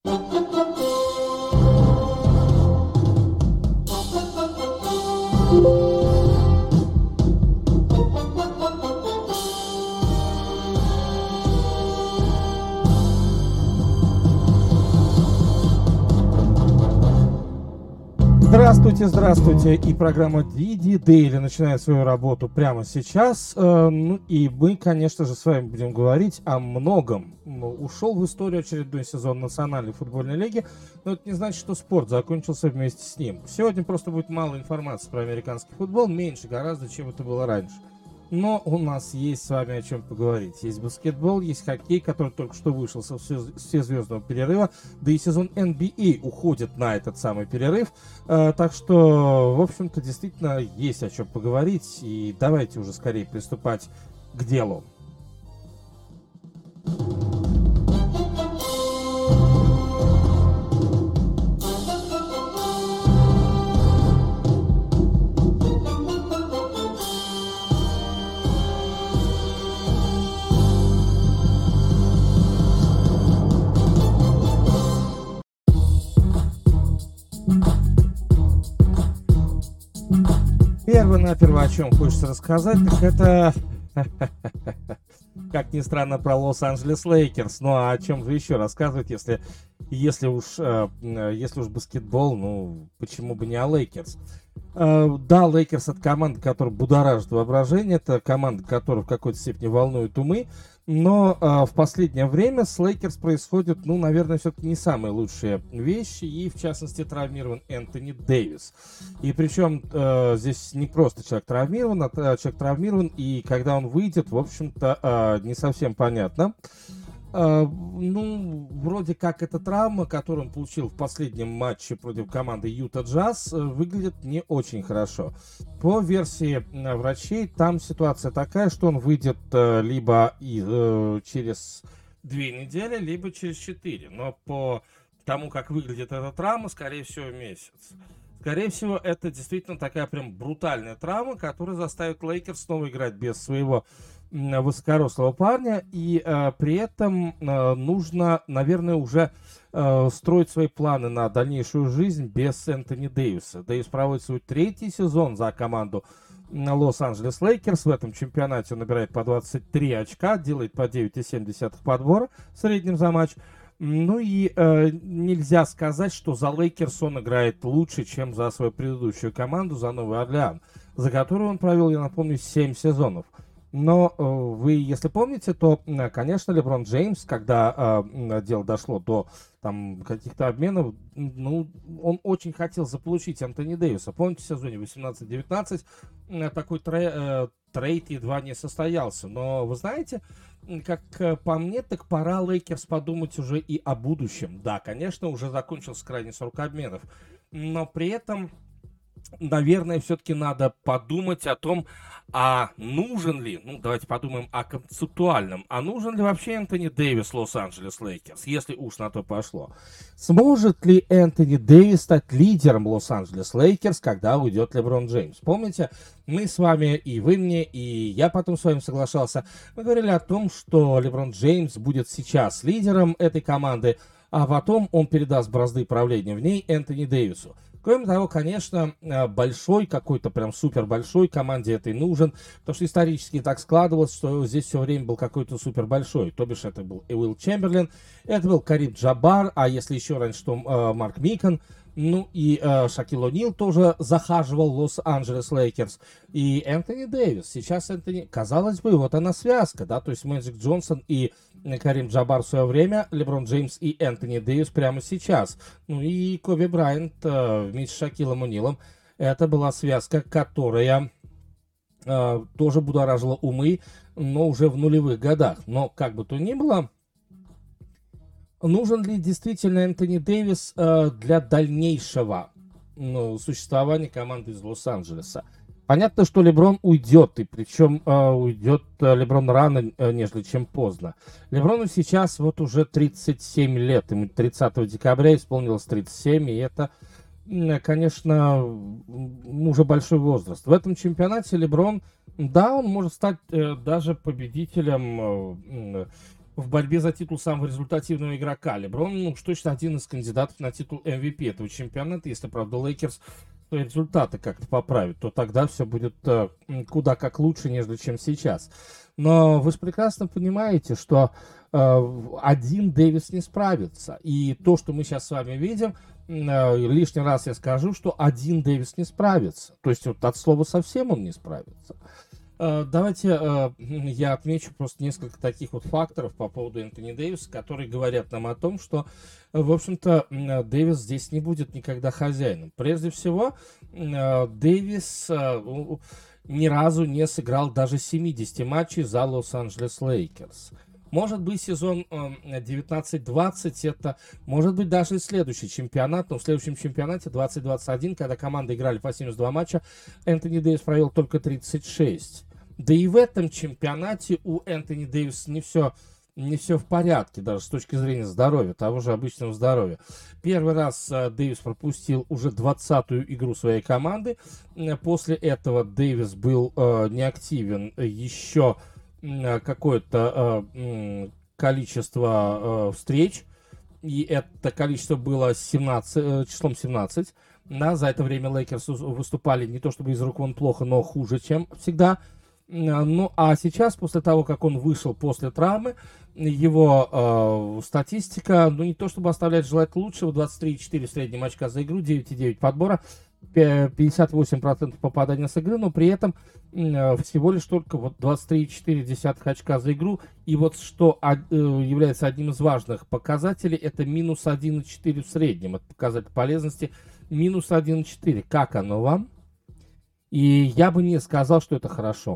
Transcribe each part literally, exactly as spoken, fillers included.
Здравствуйте, здравствуйте, и программа ди ди Daily начинает свою работу прямо сейчас, э, ну и мы, конечно же, с вами будем говорить о многом. Ушел в историю очередной сезон Национальной футбольной лиги, но это не значит, что спорт закончился вместе с ним. Сегодня просто будет мало информации про американский футбол, меньше гораздо, чем это было раньше. Но у нас есть с вами о чем поговорить. Есть баскетбол, есть хоккей, который только что вышел со всезвездного перерыва, да и сезон эн би эй уходит на этот самый перерыв. Э, так что, в общем-то, действительно есть о чем поговорить. И давайте уже скорее приступать к делу. Перво-наперво, о чем хочется рассказать, так это, как ни странно, про Лос-Анджелес Лейкерс. Ну а о чем же еще рассказывать, если, если, уж, если уж баскетбол, ну почему бы не о Лейкерс? Да, Лейкерс — это команда, которая будоражит воображение, это команда, которая в какой-то степени волнует умы, но э, в последнее время с Лейкерс происходят, ну, наверное, все-таки не самые лучшие вещи, и, в частности, травмирован Энтони Дэвис. И причем э, здесь не просто человек травмирован, а человек травмирован, и когда он выйдет, в общем-то, э, не совсем понятно. Uh, ну, вроде как эта травма, которую он получил в последнем матче против команды Юта Джаз, uh, выглядит не очень хорошо. По версии uh, врачей, там ситуация такая, что он выйдет uh, либо и, uh, через две недели, либо через четыре. Но по тому, как выглядит эта травма, скорее всего, месяц. Скорее всего, это действительно такая прям брутальная травма, которая заставит Лейкерс снова играть без своего высокорослого парня, и э, при этом э, нужно, наверное, уже э, строить свои планы на дальнейшую жизнь без Энтони Дэвиса. Дэвис проводит свой третий сезон за команду Лос-Анджелес Лейкерс. В этом чемпионате он набирает по двадцать три очка, делает по девять целых семь десятых подбора в среднем за матч. Ну и э, нельзя сказать, что за Лейкерс он играет лучше, чем за свою предыдущую команду, за Новый Орлеан, за которую он провел, я напомню, семь сезонов. Но э, вы, если помните, то, э, конечно, Леброн Джеймс, когда э, дело дошло до там, каких-то обменов, ну, он очень хотел заполучить Энтони Дэвиса. Помните, в сезоне восемнадцать девятнадцать э, такой тре, э, трейд едва не состоялся. Но вы знаете, как э, по мне, так пора Лейкерс подумать уже и о будущем. Да, конечно, уже закончился крайний срок обменов, но при этом, наверное, все-таки надо подумать о том, а нужен ли, ну давайте подумаем о концептуальном, а нужен ли вообще Энтони Дэвис Лос-Анджелес Лейкерс, если уж на то пошло. Сможет ли Энтони Дэвис стать лидером Лос-Анджелес Лейкерс, когда уйдет Леброн Джеймс? Помните, мы с вами, и вы мне, и я потом с вами соглашался, мы говорили о том, что Леброн Джеймс будет сейчас лидером этой команды, а потом он передаст бразды правления в ней Энтони Дэвису. Кроме того, конечно, большой, какой-то прям супер большой команде этой нужен, потому что исторически так складывалось, что здесь все время был какой-то супер большой. То бишь это был Уилл Чемберлен, это был Карим Джаббар, а если еще раньше, то э, Марк Микон, ну и э, Шакил О'Нил тоже захаживал в Лос-Анджелес Лейкерс. И Энтони Дэвис. Сейчас Энтони, казалось бы, вот она связка, да, то есть Мэджик Джонсон и Карим Джаббар в свое время, Леброн Джеймс и Энтони Дэвис прямо сейчас. Ну и Коби Брайант э, вместе с Шакилом О'Нилом. Это была связка, которая э, тоже будоражила умы, но уже в нулевых годах. Но как бы то ни было, нужен ли действительно Энтони Дэвис э, для дальнейшего ну, существования команды из Лос-Анджелеса? Понятно, что Леброн уйдет, и причем э, уйдет э, Леброн рано, э, нежели чем поздно. Леброну сейчас вот уже тридцать семь лет, ему тридцатого декабря исполнилось тридцать семь, и это, э, конечно, уже большой возраст. В этом чемпионате Леброн, да, он может стать э, даже победителем э, в борьбе за титул самого результативного игрока. Леброн, ну, уж точно один из кандидатов на титул эм ви пи этого чемпионата. Если, правда, Лейкерс свои результаты как-то поправят, то тогда все будет э, куда как лучше, нежели чем сейчас. Но вы же прекрасно понимаете, что э, один Дэвис не справится. И то, что мы сейчас с вами видим, э, лишний раз я скажу, что один Дэвис не справится. То есть вот от слова совсем он не справится. Э, давайте э, я отмечу просто несколько таких вот факторов по поводу Энтони Дэвиса, которые говорят нам о том, что, в общем-то, Дэвис здесь не будет никогда хозяином. Прежде всего, э, Дэвис э, ни разу не сыграл даже семьдесят матчей за Лос-Анджелес Лейкерс. Может быть, сезон э, девятнадцать двадцать, это может быть даже и следующий чемпионат, но в следующем чемпионате двадцать двадцать один, когда команды играли по семьдесят два матча, Энтони Дэвис провел только тридцать шесть. Да и в этом чемпионате у Энтони Дэвиса не все, не все в порядке, даже с точки зрения здоровья, того же обычного здоровья. Первый раз э, Дэвис пропустил уже двадцатую игру своей команды. После этого Дэвис был э, неактивен еще э, какое-то э, количество э, встреч. И это количество было семнадцать, э, числом семнадцать. Да, за это время Лейкерс выступали не то чтобы из рук вон плохо, но хуже, чем всегда. Ну, а сейчас, после того, как он вышел после травмы, его э, статистика, ну, не то чтобы оставляет желать лучшего, двадцать три и четыре среднего очка за игру, девять и девять подбора, пятьдесят восемь процентов попадания с игры, но при этом э, всего лишь только вот двадцать три и четыре очка за игру. И вот что э, является одним из важных показателей, это минус один и четыре в среднем. Это показатель полезности минус один и четыре. Как оно вам? И я бы не сказал, что это хорошо.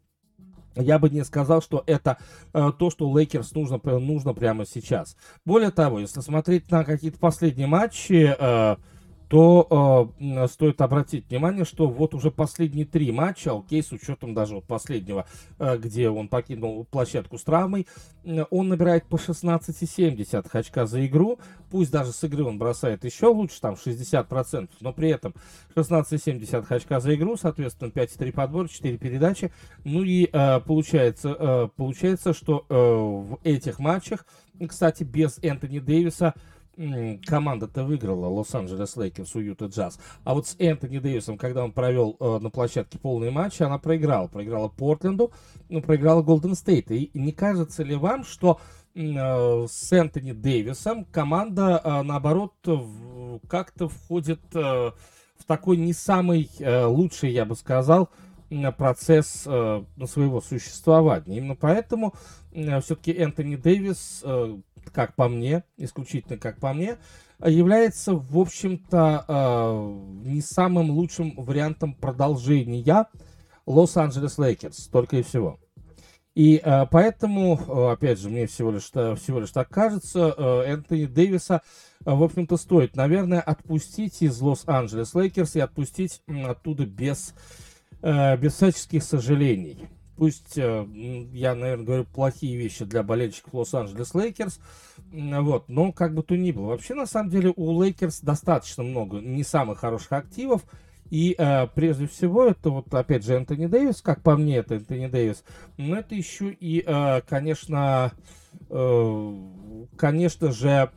Я бы не сказал, что это э, то, что Лейкерс нужно, нужно прямо сейчас. Более того, если смотреть на какие-то последние матчи, э, то э, стоит обратить внимание, что вот уже последние три матча, окей, с учетом даже вот последнего, э, где он покинул площадку с травмой, э, он набирает по шестнадцать и семь очка за игру. Пусть даже с игры он бросает еще лучше, там шестьдесят процентов, но при этом шестнадцать и семь очка за игру, соответственно, пять и три подбора, четыре передачи. Ну и э, получается, э, получается, что э, в этих матчах, кстати, без Энтони Дэвиса, команда-то выиграла Лос-Анджелес Лейкерс у Юта Джаз. А вот с Энтони Дэвисом, когда он провел э, на площадке полные матчи, она проиграла. Проиграла Портленду, но проиграла Голден Стейт. И не кажется ли вам, что э, с Энтони Дэвисом команда, э, наоборот, в, как-то входит э, в такой не самый э, лучший, я бы сказал, процесс э, своего существования. Именно поэтому э, все-таки Энтони Дэвис, э, как по мне, исключительно как по мне, является, в общем-то, э, не самым лучшим вариантом продолжения Лос-Анджелес Лейкерс, только и всего. И э, поэтому, э, опять же, мне всего лишь, всего лишь так кажется, э, Энтони Дэвиса, э, в общем-то, стоит, наверное, отпустить из Лос-Анджелес Лейкерс и отпустить э, оттуда без... без всяческих сожалений. Пусть э, я, наверное, говорю плохие вещи для болельщиков Лос-Анджелес Лейкерс, вот, но как бы то ни было. Вообще, на самом деле, у Лейкерс достаточно много не самых хороших активов, и э, прежде всего, это вот, опять же, Энтони Дэвис, как по мне, это Энтони Дэвис, но это еще и, э, конечно, э, конечно же,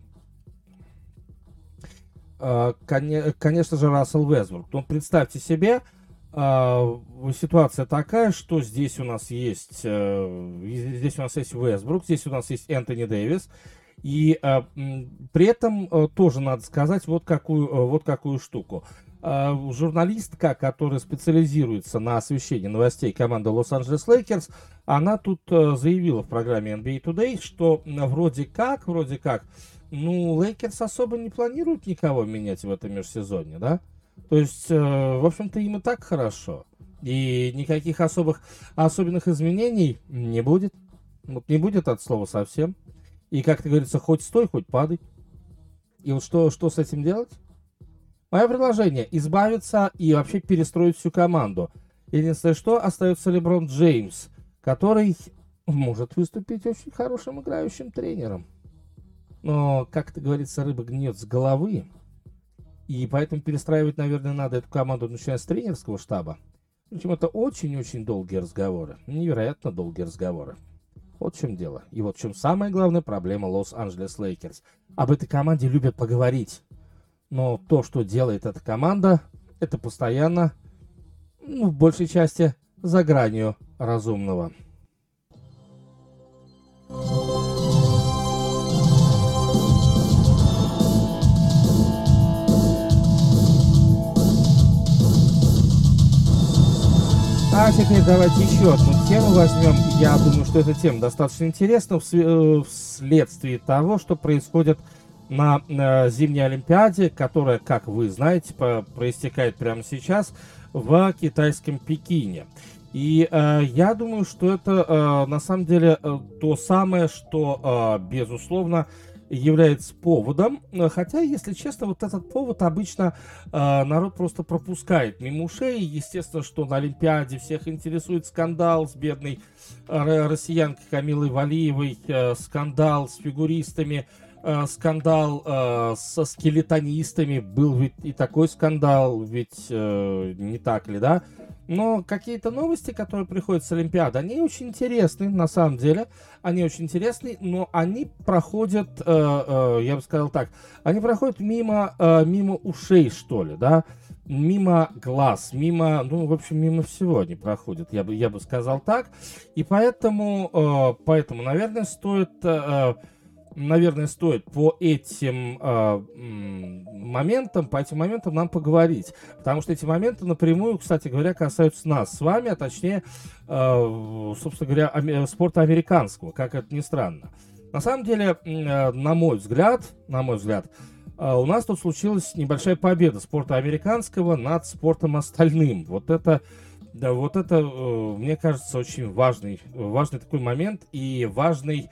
э, конечно же, Рассел Вестбрук. Ну, представьте себе, Uh, ситуация такая, что здесь у нас есть uh, здесь у нас есть Вестбрук, здесь у нас есть Энтони Дэвис, и uh, при этом uh, тоже надо сказать вот какую, uh, вот какую штуку. Uh, журналистка, которая специализируется на освещении новостей команды Лос-Анджелес Лейкерс, она тут uh, заявила в программе эн би эй Today, что uh, вроде как, вроде как, ну, Лейкерс особо не планируют никого менять в этом межсезонье, да? То есть, э, в общем-то, им и так хорошо. И никаких особых, особенных изменений не будет. Вот не будет от слова совсем. И, как то говорится, хоть стой, хоть падай. И вот что, что с этим делать? Мое предложение — избавиться и вообще перестроить всю команду. Единственное, что остается Леброн Джеймс, который может выступить очень хорошим играющим тренером. Но, как это говорится, рыба гниет с головы. И поэтому перестраивать, наверное, надо эту команду, начиная с тренерского штаба. Причем это очень-очень долгие разговоры. Невероятно долгие разговоры. Вот в чем дело. И вот в чем самая главная проблема Лос-Анджелес Лейкерс. Об этой команде любят поговорить. Но то, что делает эта команда, это постоянно, ну, в большей части, за гранью разумного. А теперь давайте еще одну тему возьмем. Я думаю, что эта тема достаточно интересна вследствие того, что происходит на э, зимней Олимпиаде, которая, как вы знаете, по, проистекает прямо сейчас в китайском Пекине. И э, я думаю, что это э, на самом деле э, то самое, что, э, безусловно, является поводом, хотя, если честно, вот этот повод обычно э, народ просто пропускает мимо ушей. Естественно, что на Олимпиаде всех интересует скандал с бедной э, россиянкой Камилой Валиевой, э, скандал с фигуристами, э, скандал э, со скелетонистами. Был ведь и такой скандал, ведь э, не так ли, да? Но какие-то новости, которые приходят с Олимпиады, они очень интересны, на самом деле. Они очень интересны, но они проходят, э, э, я бы сказал так, они проходят мимо, э, мимо ушей, что ли, да? Мимо глаз, мимо, ну, в общем, мимо всего они проходят, я бы, я бы сказал так. И поэтому, э, поэтому, наверное, стоит... Э, Наверное, стоит по этим э, моментам, по этим моментам нам поговорить. Потому что эти моменты напрямую, кстати говоря, касаются нас с вами, а точнее, э, собственно говоря, ами- спорта американского, как это ни странно. На самом деле, э, на мой взгляд, на мой взгляд, э, у нас тут случилась небольшая победа спорта американского над спортом остальным. Вот это, да, вот это, э, мне кажется, очень важный, важный такой момент и важный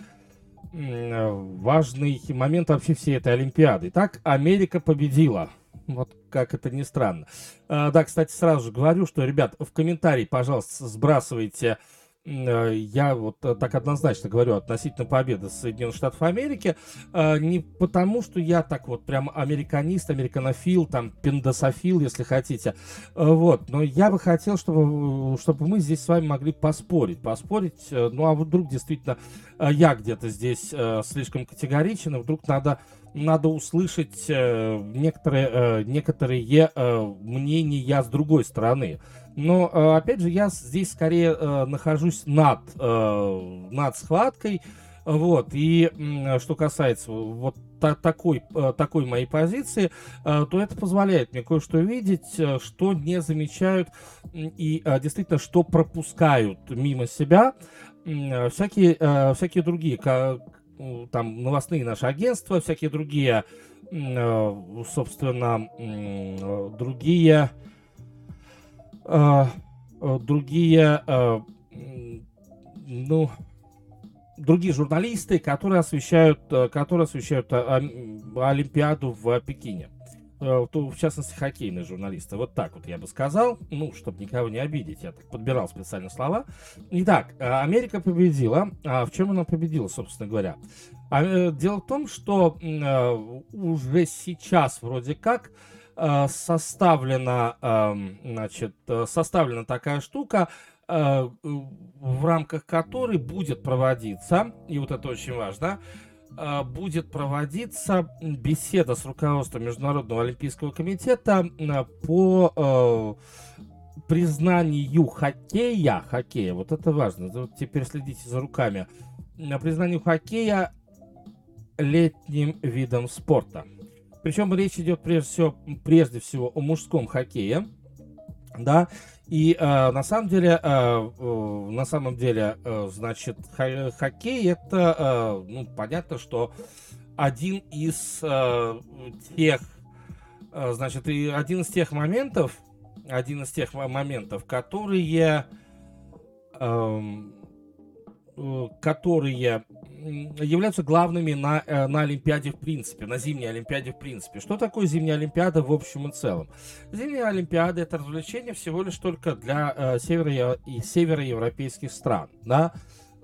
важный момент вообще всей этой Олимпиады. Итак, Америка победила. Вот как это ни странно. А, да, кстати, сразу же говорю, что, ребят, в комментарии, пожалуйста, сбрасывайте. Я вот так однозначно говорю относительно победы Соединенных Штатов Америки, не потому, что я так вот прям американист, американофил, там, пиндософил, если хотите, вот, но я бы хотел, чтобы, чтобы мы здесь с вами могли поспорить, поспорить, ну, а вдруг действительно я где-то здесь слишком категоричен, и вдруг надо надо услышать э, некоторые, э, некоторые э, мнения с другой стороны. Но, э, опять же, я здесь скорее э, нахожусь над, э, над схваткой. Вот. И э, что касается вот та, такой, э, такой моей позиции, э, то это позволяет мне кое-что видеть, э, что не замечают и э, действительно, что пропускают мимо себя э, всякие, э, всякие другие там новостные наши агентства, всякие другие, собственно, другие, другие, ну, другие журналисты, которые освещают, которые освещают Олимпиаду в Пекине. В частности, хоккейные журналисты. Вот так вот я бы сказал, ну, чтобы никого не обидеть. Я так подбирал специально слова. Итак, Америка победила. А в чем она победила, собственно говоря? Дело в том, что уже сейчас вроде как составлена, значит, составлена такая штука, в рамках которой будет проводиться, и вот это очень важно, будет проводиться беседа с руководством Международного олимпийского комитета по э, признанию хоккея, хоккея, вот это важно, вот теперь следите за руками, признанию хоккея летним видом спорта. Причем речь идет прежде всего, прежде всего о мужском хоккее, да, и э, на самом деле, э, э, на самом деле, э, значит, х- хоккей это, э, ну, понятно, что один из э, тех, э, значит, и один из тех моментов, один из тех моментов, которые, э, э, которые являются главными на, на Олимпиаде в принципе, на зимней Олимпиаде в принципе. Что такое зимняя Олимпиада в общем и целом? Зимняя Олимпиада — это развлечение всего лишь только для э, северо- и североевропейских стран, да?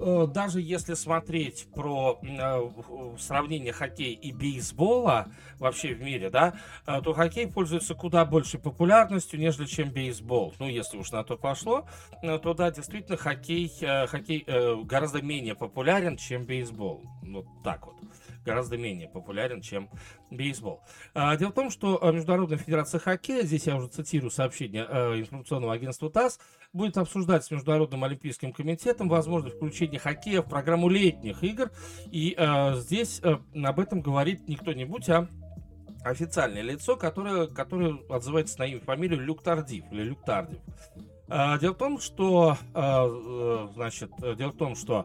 э, даже если смотреть про э, сравнение хоккея и бейсбола вообще в мире, да, э, то хоккей пользуется куда большей популярностью, нежели чем бейсбол. Ну, если уж на то пошло, э, то да, действительно, хоккей, э, хоккей э, гораздо менее популярен, чем бейсбол. Вот так вот. Гораздо менее популярен, чем бейсбол. А, дело в том, что Международная федерация хоккея, здесь я уже цитирую сообщение э, информационного агентства ТАСС, будет обсуждать с Международным олимпийским комитетом возможность включения хоккея в программу летних игр. И э, здесь э, об этом говорит не кто-нибудь, а официальное лицо, которое, которое отзывается на имя и фамилию Люк Тардив или Люк Тардив. А, дело в том, что э, значит, дело в том, что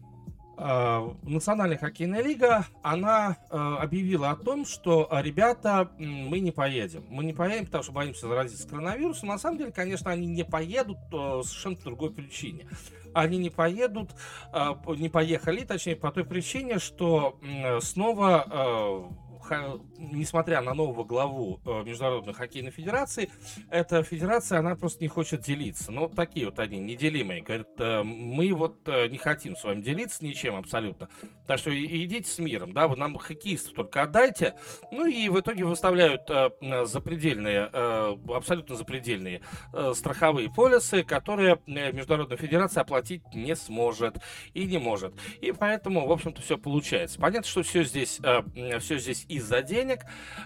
Национальная хоккейная лига, она э, объявила о том, что, ребята, мы не поедем. Мы не поедем, потому что боимся заразиться коронавирусом. На самом деле, конечно, они не поедут э, совершенно по другой причине. Они не поедут, э, не поехали, точнее, по той причине, что э, снова... Э, несмотря на нового главу э, Международной хоккейной федерации, эта федерация, она просто не хочет делиться. Ну, вот такие вот они, неделимые. Говорят, э, мы вот э, не хотим с вами делиться ничем абсолютно. Так что и, идите с миром, да, вы нам хоккеистов только отдайте. Ну и в итоге выставляют э, запредельные, э, абсолютно запредельные э, страховые полисы, которые Международная федерация оплатить не сможет и не может. И поэтому, в общем-то, все получается. Понятно, что все здесь, э, все здесь из-за денег.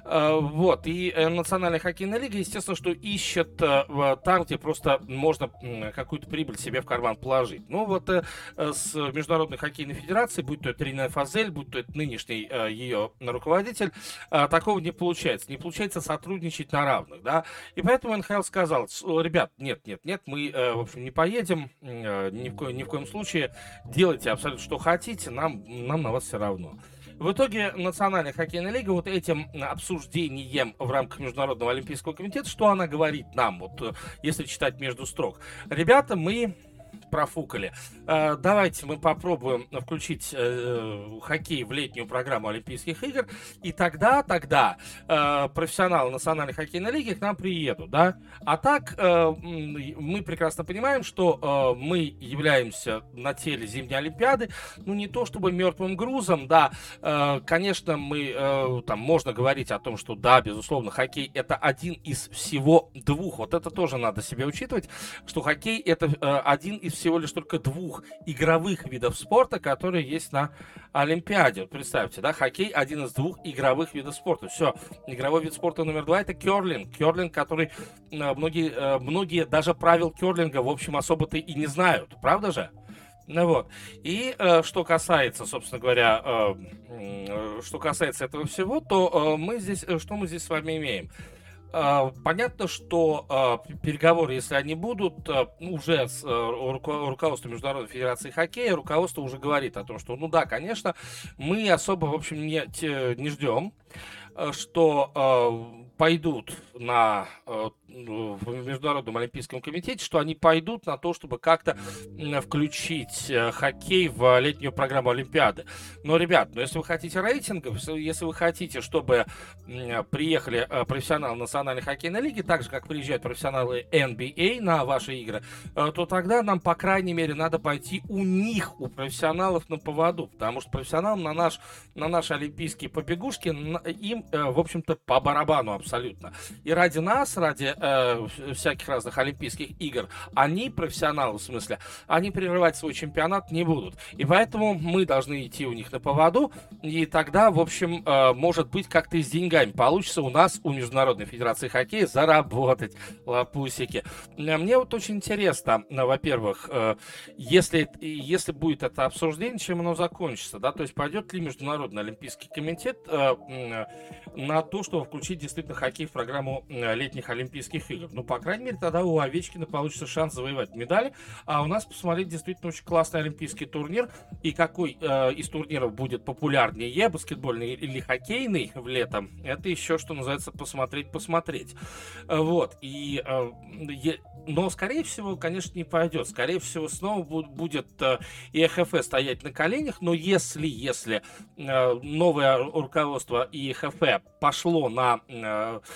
Вот. И Национальная хоккейная лига, естественно, что ищет там, где просто можно какую-то прибыль себе в карман положить. Ну вот с Международной хоккейной федерацией, будь то это Рина Фазель, будь то это нынешний ее руководитель, такого не получается. Не получается сотрудничать на равных, да. И поэтому эн ха эл сказал: ребят, нет, нет, нет, мы, в общем, не поедем ни в, ко- ни в коем случае. Делайте абсолютно что хотите, нам, нам на вас все равно. В итоге Национальная хоккейная лига вот этим обсуждением в рамках Международного олимпийского комитета, что она говорит нам, вот если читать между строк: ребята, мы профукали. Э, давайте мы попробуем включить э, хоккей в летнюю программу Олимпийских игр, и тогда, тогда э, профессионалы Национальной хоккейной лиги к нам приедут, да? А так э, мы прекрасно понимаем, что э, мы являемся на теле зимней Олимпиады, ну не то чтобы мертвым грузом, да, э, конечно, мы, э, там, можно говорить о том, что да, безусловно, хоккей это один из всего двух, вот это тоже надо себе учитывать, что хоккей это э, один из всего лишь только двух игровых видов спорта, которые есть на Олимпиаде. Вот представьте, да, хоккей один из двух игровых видов спорта. Все, игровой вид спорта номер два — это керлинг. Керлинг, который э, многие, э, многие даже правил керлинга, в общем, особо-то и не знают. Правда же? Ну вот. И э, что касается, собственно говоря, э, э, что касается этого всего, то э, мы здесь, э, что мы здесь с вами имеем? Понятно, что э, переговоры, если они будут, э, уже с э, руко- руководством Международной федерации хоккея, руководство уже говорит о том, что, ну да, конечно, мы особо, в общем, не, те, не ждем, э, что э, пойдут на, э, в Международном олимпийском комитете, что они пойдут на то, чтобы как-то э, включить э, хоккей в летнюю программу Олимпиады. Но, ребят, ну если вы хотите рейтингов, если вы хотите, чтобы э, приехали э, профессионалы Национальной хоккейной лиги, так же, как приезжают профессионалы эн би эй на ваши игры, э, то тогда нам, по крайней мере, надо пойти у них, у профессионалов на поводу, потому что профессионалам на, наш, на наши олимпийские побегушки, на, им, э, в общем-то, по барабану абсолютно. И ради нас, ради э, всяких разных олимпийских игр, они, профессионалы в смысле, они прерывать свой чемпионат не будут. И поэтому мы должны идти у них на поводу, и тогда, в общем, э, может быть, как-то и с деньгами получится у нас, у Международной федерации хоккея, заработать, лапусики. Мне вот очень интересно, во-первых, э, если, если будет это обсуждение, чем оно закончится, да, то есть пойдет ли Международный олимпийский комитет э, э, на то, чтобы включить действительно хоккей в программу летних Олимпийских игр. Ну, по крайней мере, тогда у Овечкина получится шанс завоевать медали, а у нас посмотреть действительно очень классный олимпийский турнир, и какой э, из турниров будет популярнее, баскетбольный или хоккейный в летом, это еще, что называется, посмотреть, посмотреть. Вот, и э, е... но, скорее всего, конечно, не пойдет. Скорее всего, снова будет э, и эх эф эс стоять на коленях, но если, если э, новое руководство и эх эф пошло на... Э,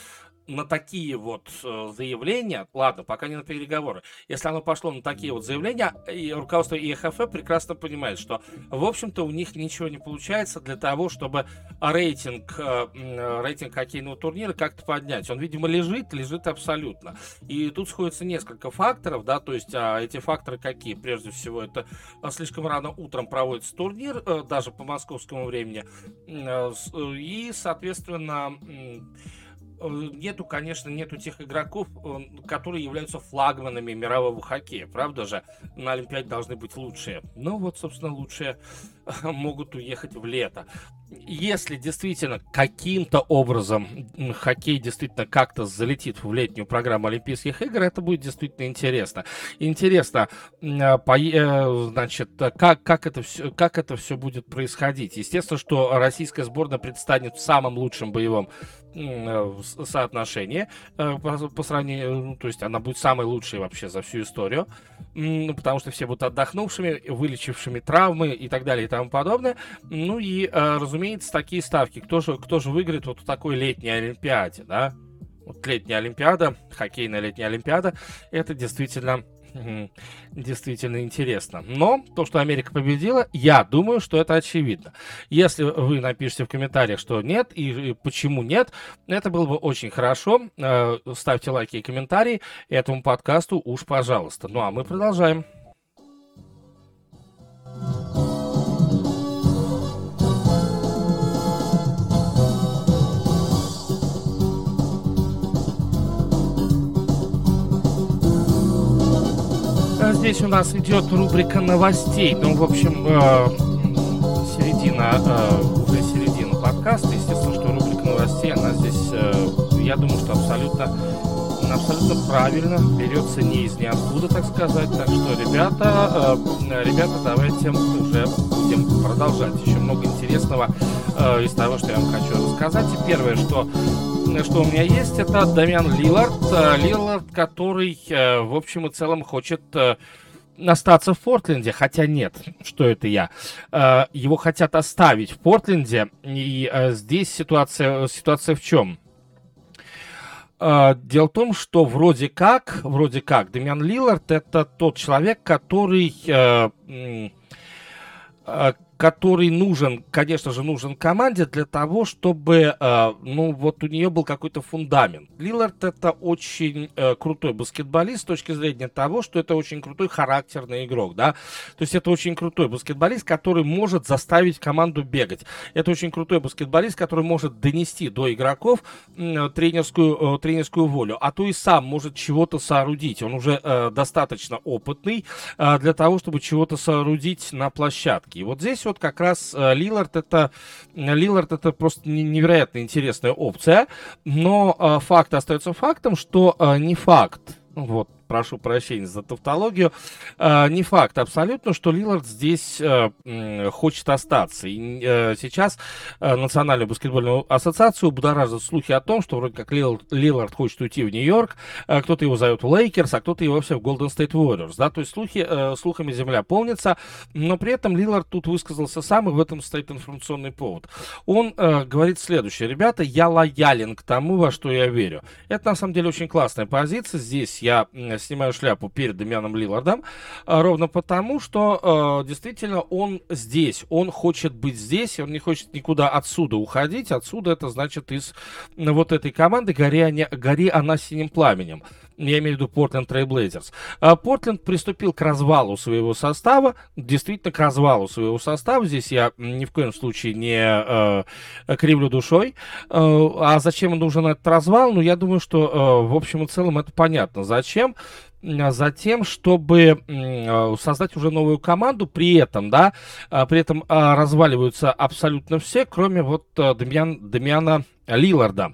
на такие вот э, заявления, ладно, пока не на переговоры, если оно пошло на такие вот заявления, и руководство И Эх Эф прекрасно понимает, что, в общем-то, у них ничего не получается для того, чтобы рейтинг, э, рейтинг хоккейного турнира как-то поднять. Он, видимо, лежит, лежит абсолютно. И тут сходится несколько факторов, да, то есть а эти факторы какие? Прежде всего, это слишком рано утром проводится турнир, э, даже по московскому времени, э, и, соответственно, нету, конечно, нету тех игроков, которые являются флагманами мирового хоккея, правда же? На Олимпиаде должны быть лучшие. Ну вот, собственно, лучшие могут уехать в лето. Если действительно каким-то образом хоккей действительно как-то залетит в летнюю программу Олимпийских игр, это будет действительно интересно. Интересно, значит, как, как, это все, как это все будет происходить. Естественно, что российская сборная предстанет в самом лучшем боевом соотношении по, по сравнению, ну, то есть она будет самой лучшей вообще за всю историю, потому что все будут отдохнувшими, вылечившими травмы и так далее и тому подобное. Ну и, разумеется, такие ставки. Кто же, кто же выиграет вот в такой летней Олимпиаде, да? Вот летняя Олимпиада, хоккейная летняя Олимпиада, это действительно... действительно интересно. Но то, что Америка победила, я думаю, что это очевидно. Если вы напишите в комментариях, что нет и, и почему нет, это было бы очень хорошо. Э, ставьте лайки и комментарии этому подкасту уж, пожалуйста. Ну а мы продолжаем. Здесь у нас идет рубрика новостей. Ну, в общем, э, середина, э, уже середина подкаста. Естественно, что рубрика новостей, она здесь, э, я думаю, что абсолютно, абсолютно правильно берется не из ниоткуда, так сказать. Так что, ребята, э, ребята, давайте уже будем продолжать. Еще много интересного э, из того, что я вам хочу рассказать. И первое, что... что у меня есть, это Дамиан Лиллард, Лиллард, который, в общем и целом, хочет остаться в Портленде, хотя нет, что это я. Его хотят оставить в Портленде, и здесь ситуация, ситуация в чем? Дело в том, что вроде как, вроде как, Дамиан Лиллард это тот человек, который... который нужен, конечно же, нужен команде для того, чтобы, э, ну, вот у нее был какой-то фундамент. Лиллард это очень э, крутой баскетболист с точки зрения того, что это очень крутой характерный игрок, да. То есть это очень крутой баскетболист, который может заставить команду бегать. Это очень крутой баскетболист, который может донести до игроков э, тренерскую, э, тренерскую волю, а то и сам может чего-то соорудить. Он уже э, достаточно опытный э, для того, чтобы чего-то соорудить на площадке. И вот здесь вот как раз э, Лиллард это, Лиллард это просто невероятно интересная опция, но э, факт остается фактом, что э, не факт, вот, прошу прощения за тавтологию, э, не факт абсолютно, что Лиллард здесь э, э, хочет остаться. И э, сейчас э, Национальную баскетбольную ассоциацию будоражат слухи о том, что вроде как Лиллард, Лиллард хочет уйти в Нью-Йорк, э, кто-то его зовет в Лейкерс, а кто-то его вообще в Golden State Warriors, да, то есть слухи, э, слухами земля полнится, но при этом Лиллард тут высказался сам, и в этом стоит информационный повод. Он э, говорит следующее: ребята, я лоялен к тому, во что я верю. Это на самом деле очень классная позиция. Здесь я э, снимаю шляпу перед Дамианом Лиллардом, э, ровно потому, что э, действительно он здесь, он хочет быть здесь, он не хочет никуда отсюда уходить. Отсюда это значит из э, вот этой команды гори, они, гори она синим пламенем. Я имею в виду Портленд Трейл Блейзерс. Портленд приступил к развалу своего состава, действительно к развалу своего состава. Здесь я ни в коем случае не э, кривлю душой. Э, а зачем нужен этот развал? Ну, я думаю, что э, в общем и целом это понятно. Зачем? Затем, чтобы э, создать уже новую команду, при этом, да, э, при этом э, разваливаются абсолютно все, кроме вот э, Дамиан, Дамиана Лилларда.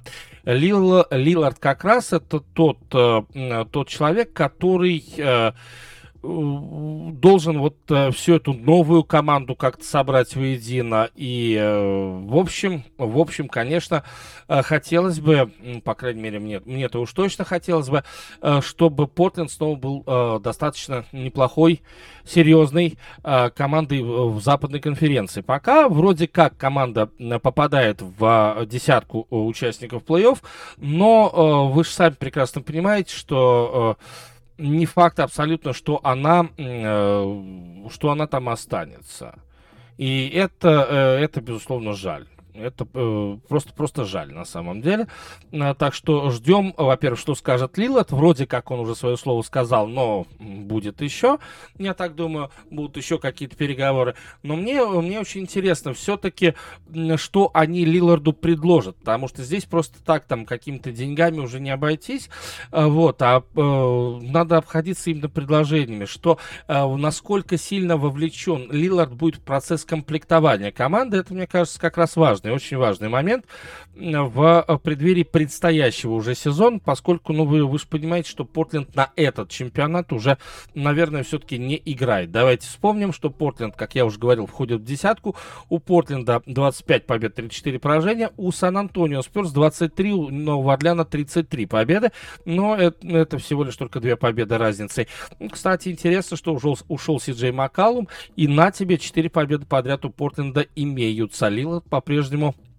Лиллард как раз это тот, э, тот человек, который, э, должен вот э, всю эту новую команду как-то собрать воедино. И, э, в общем, в общем, конечно, э, хотелось бы, м, по крайней мере, мне, мне-то уж точно хотелось бы, э, чтобы Портленд снова был э, достаточно неплохой, серьезной э, командой в, в западной конференции. Пока вроде как команда э, попадает в э, десятку э, участников плей-офф, но э, вы же сами прекрасно понимаете, что... Э, не факт абсолютно, что она, э, что она там останется. И это, э, это безусловно, жаль. Это э, просто, просто жаль на самом деле. А, так что ждем, во-первых, что скажет Лилард. Вроде как он уже свое слово сказал, но будет еще. Я так думаю, будут еще какие-то переговоры. Но мне, мне очень интересно все-таки, что они Лиларду предложат. Потому что здесь просто так там какими-то деньгами уже не обойтись. А, вот, а э, надо обходиться именно предложениями. Что, э, насколько сильно вовлечен Лилард будет в процесс комплектования команды. Это, мне кажется, как раз важно. Очень важный момент в преддверии предстоящего уже сезона, поскольку, ну, вы, вы же понимаете, что Портленд на этот чемпионат уже, наверное, все-таки не играет. Давайте вспомним, что Портленд, как я уже говорил, входит в десятку. У Портленда двадцать пять побед, тридцать четыре поражения. У Сан-Антонио Спёрс двадцать три, у Нового Орлеана тридцать три победы. Но это, это всего лишь только две победы разницей. Кстати, интересно, что ушел, ушел Си Джей Маккалум, и на тебе четыре победы подряд у Портленда имеются. Лилард по-прежнему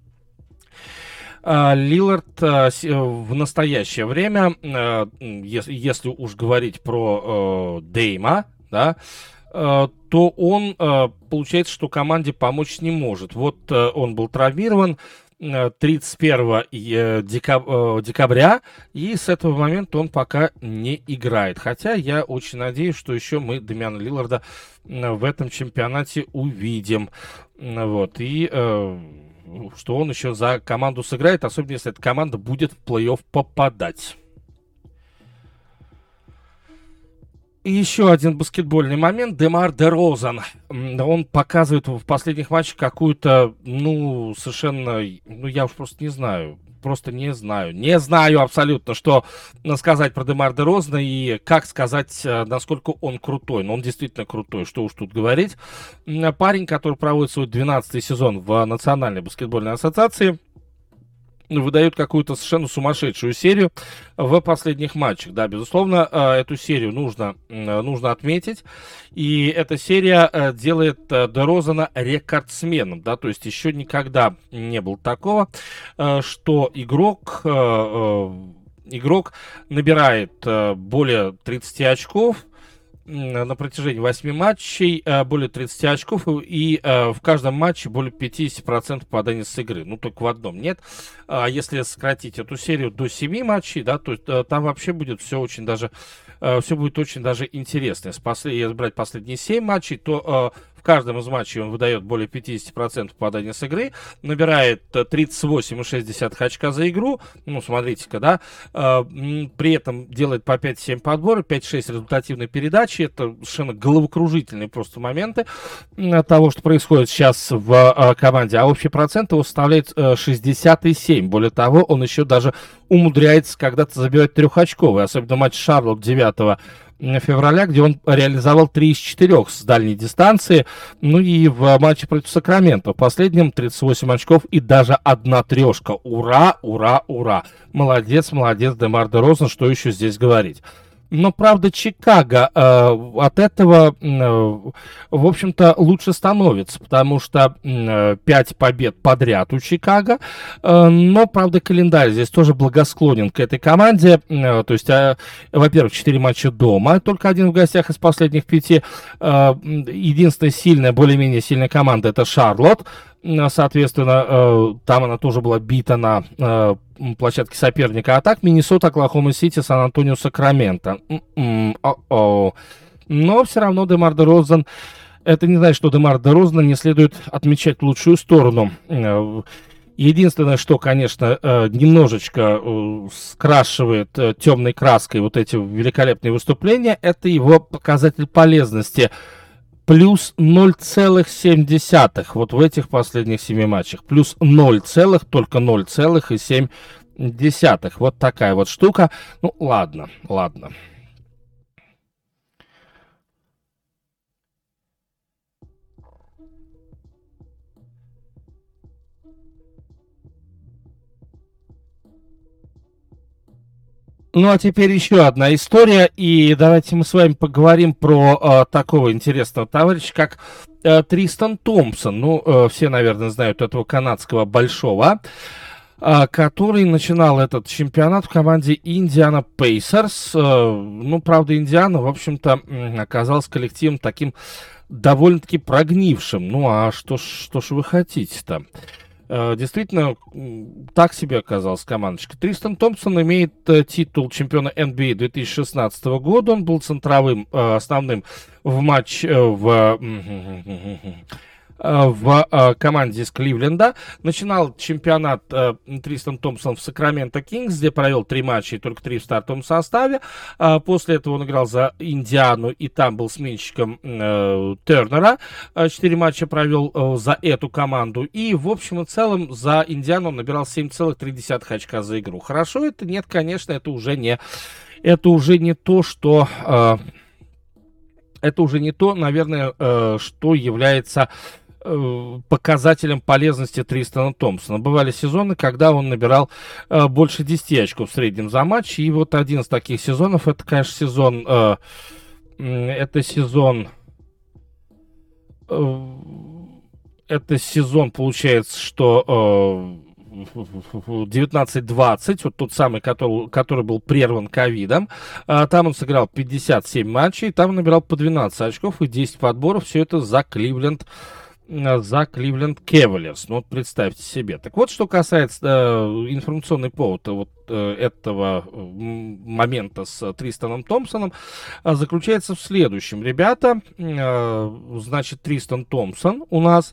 Лилард в настоящее время, если уж говорить про Дейма, да, то он, получается, что команде помочь не может. Вот он был травмирован тридцать первого декабря, и с этого момента он пока не играет. Хотя я очень надеюсь, что еще мы Дамиана Лиларда в этом чемпионате увидим. Вот, и что он еще за команду сыграет, особенно если эта команда будет в плей-офф попадать. И еще один баскетбольный момент. Демар Дерозан. Он показывает в последних матчах какую-то, ну, совершенно, ну, я уж просто не знаю. Просто не знаю. Не знаю абсолютно, что сказать про Демар Дерозана и как сказать, насколько он крутой. Но он действительно крутой, что уж тут говорить. Парень, который проводит свой двенадцатый сезон в Национальной баскетбольной ассоциации, выдают какую-то совершенно сумасшедшую серию в последних матчах. Да, безусловно, эту серию нужно, нужно отметить. И эта серия делает Дерозана рекордсменом. Да, то есть еще никогда не было такого, что игрок, игрок набирает более тридцати очков на протяжении восьми матчей, более тридцати очков, и э, в каждом матче более пятьдесят процентов попаданий с игры. Ну, только в одном нет. А если сократить эту серию до семи матчей, да, то э, там вообще будет все очень даже, э, все будет очень даже интересно. Если, послед... если брать последние семь матчей, то э, в каждом из матчей он выдает более пятьдесят процентов попаданий с игры, набирает тридцать восемь целых шесть десятых очка за игру. Ну, смотрите-ка, да. Э, при этом делает по пять-семь подборов, пять-шесть результативной передачи. Это совершенно головокружительные просто моменты того, что происходит сейчас в э, команде. А общий процент его составляет э, шестьдесят семь. Более того, он еще даже умудряется когда-то забивать трехочковые. Особенно матч Шарлотт девятого февраля, где он реализовал три из четырёх с дальней дистанции. Ну и в матче против Сакраменто. В последнем тридцать восемь очков и даже одна трешка. Ура, ура, ура. Молодец, молодец, Демар Дерозан. Что еще здесь говорить? Но, правда, Чикаго э, от этого, э, в общем-то, лучше становится, потому что э, пять побед подряд у Чикаго, э, но, правда, календарь здесь тоже благосклонен к этой команде, э, то есть, э, во-первых, четыре матча дома, только один в гостях из последних пяти, э, единственная сильная, более-менее сильная команда — это Шарлотт. Соответственно, э, там она тоже была бита на э, площадке соперника. А так Миннесота, Оклахома Сити, Сан-Антонио, Сакраменто. О-о. Но все равно Демар Дерозан, это не значит, что Демар Дерозана не следует отмечать лучшую сторону. Единственное, что, конечно, немножечко скрашивает темной краской вот эти великолепные выступления, это его показатель полезности. Плюс ноль целых семь десятых вот в этих последних семи матчах. Плюс ноль целых, только ноль целых семь десятых. Вот такая вот штука. Ну, ладно, ладно. Ну, а теперь еще одна история, и давайте мы с вами поговорим про э, такого интересного товарища, как э, Тристан Томпсон. Ну, э, все, наверное, знают этого канадского большого, э, который начинал этот чемпионат в команде Индиана Пейсерс. Э, ну, правда, Индиана, в общем-то, оказался коллективом таким довольно-таки прогнившим. Ну, а что ж, что ж вы хотите-то? Действительно, так себе оказалась командочка. Тристан Томпсон имеет э, титул чемпиона эн би эй две тысячи шестнадцатого года. Он был центровым, э, основным в матче э, в... в э, команде из Кливленда. Начинал чемпионат э, Тристан Томпсон в Сакраменто Кингс, где провел три матча и только три в стартовом составе. А после этого он играл за Индиану и там был сменщиком э, Тернера. Четыре матча провел э, за эту команду. И в общем и целом за Индиану он набирал семь целых три десятых очка за игру. Хорошо это? Нет, конечно, это уже не, это уже не то, что... Э, это уже не то, наверное, э, что является показателем полезности Тристана Томпсона. Бывали сезоны, когда он набирал э, больше десяти очков в среднем за матч, и вот один из таких сезонов, это, конечно, сезон, э, это сезон, э, это сезон, получается, что э, девятнадцать двадцать, вот тот самый, который, который был прерван ковидом. А, там он сыграл пятьдесят семь матчей, там он набирал по двенадцать очков и десять подборов. Все это за Кливленд за Кливленд Кавалерс. Ну вот представьте себе. Так вот, что касается э, информационный повод вот э, этого э, момента с Тристаном Томпсоном, э, заключается в следующем. Ребята, э, значит, Тристан Томпсон у нас,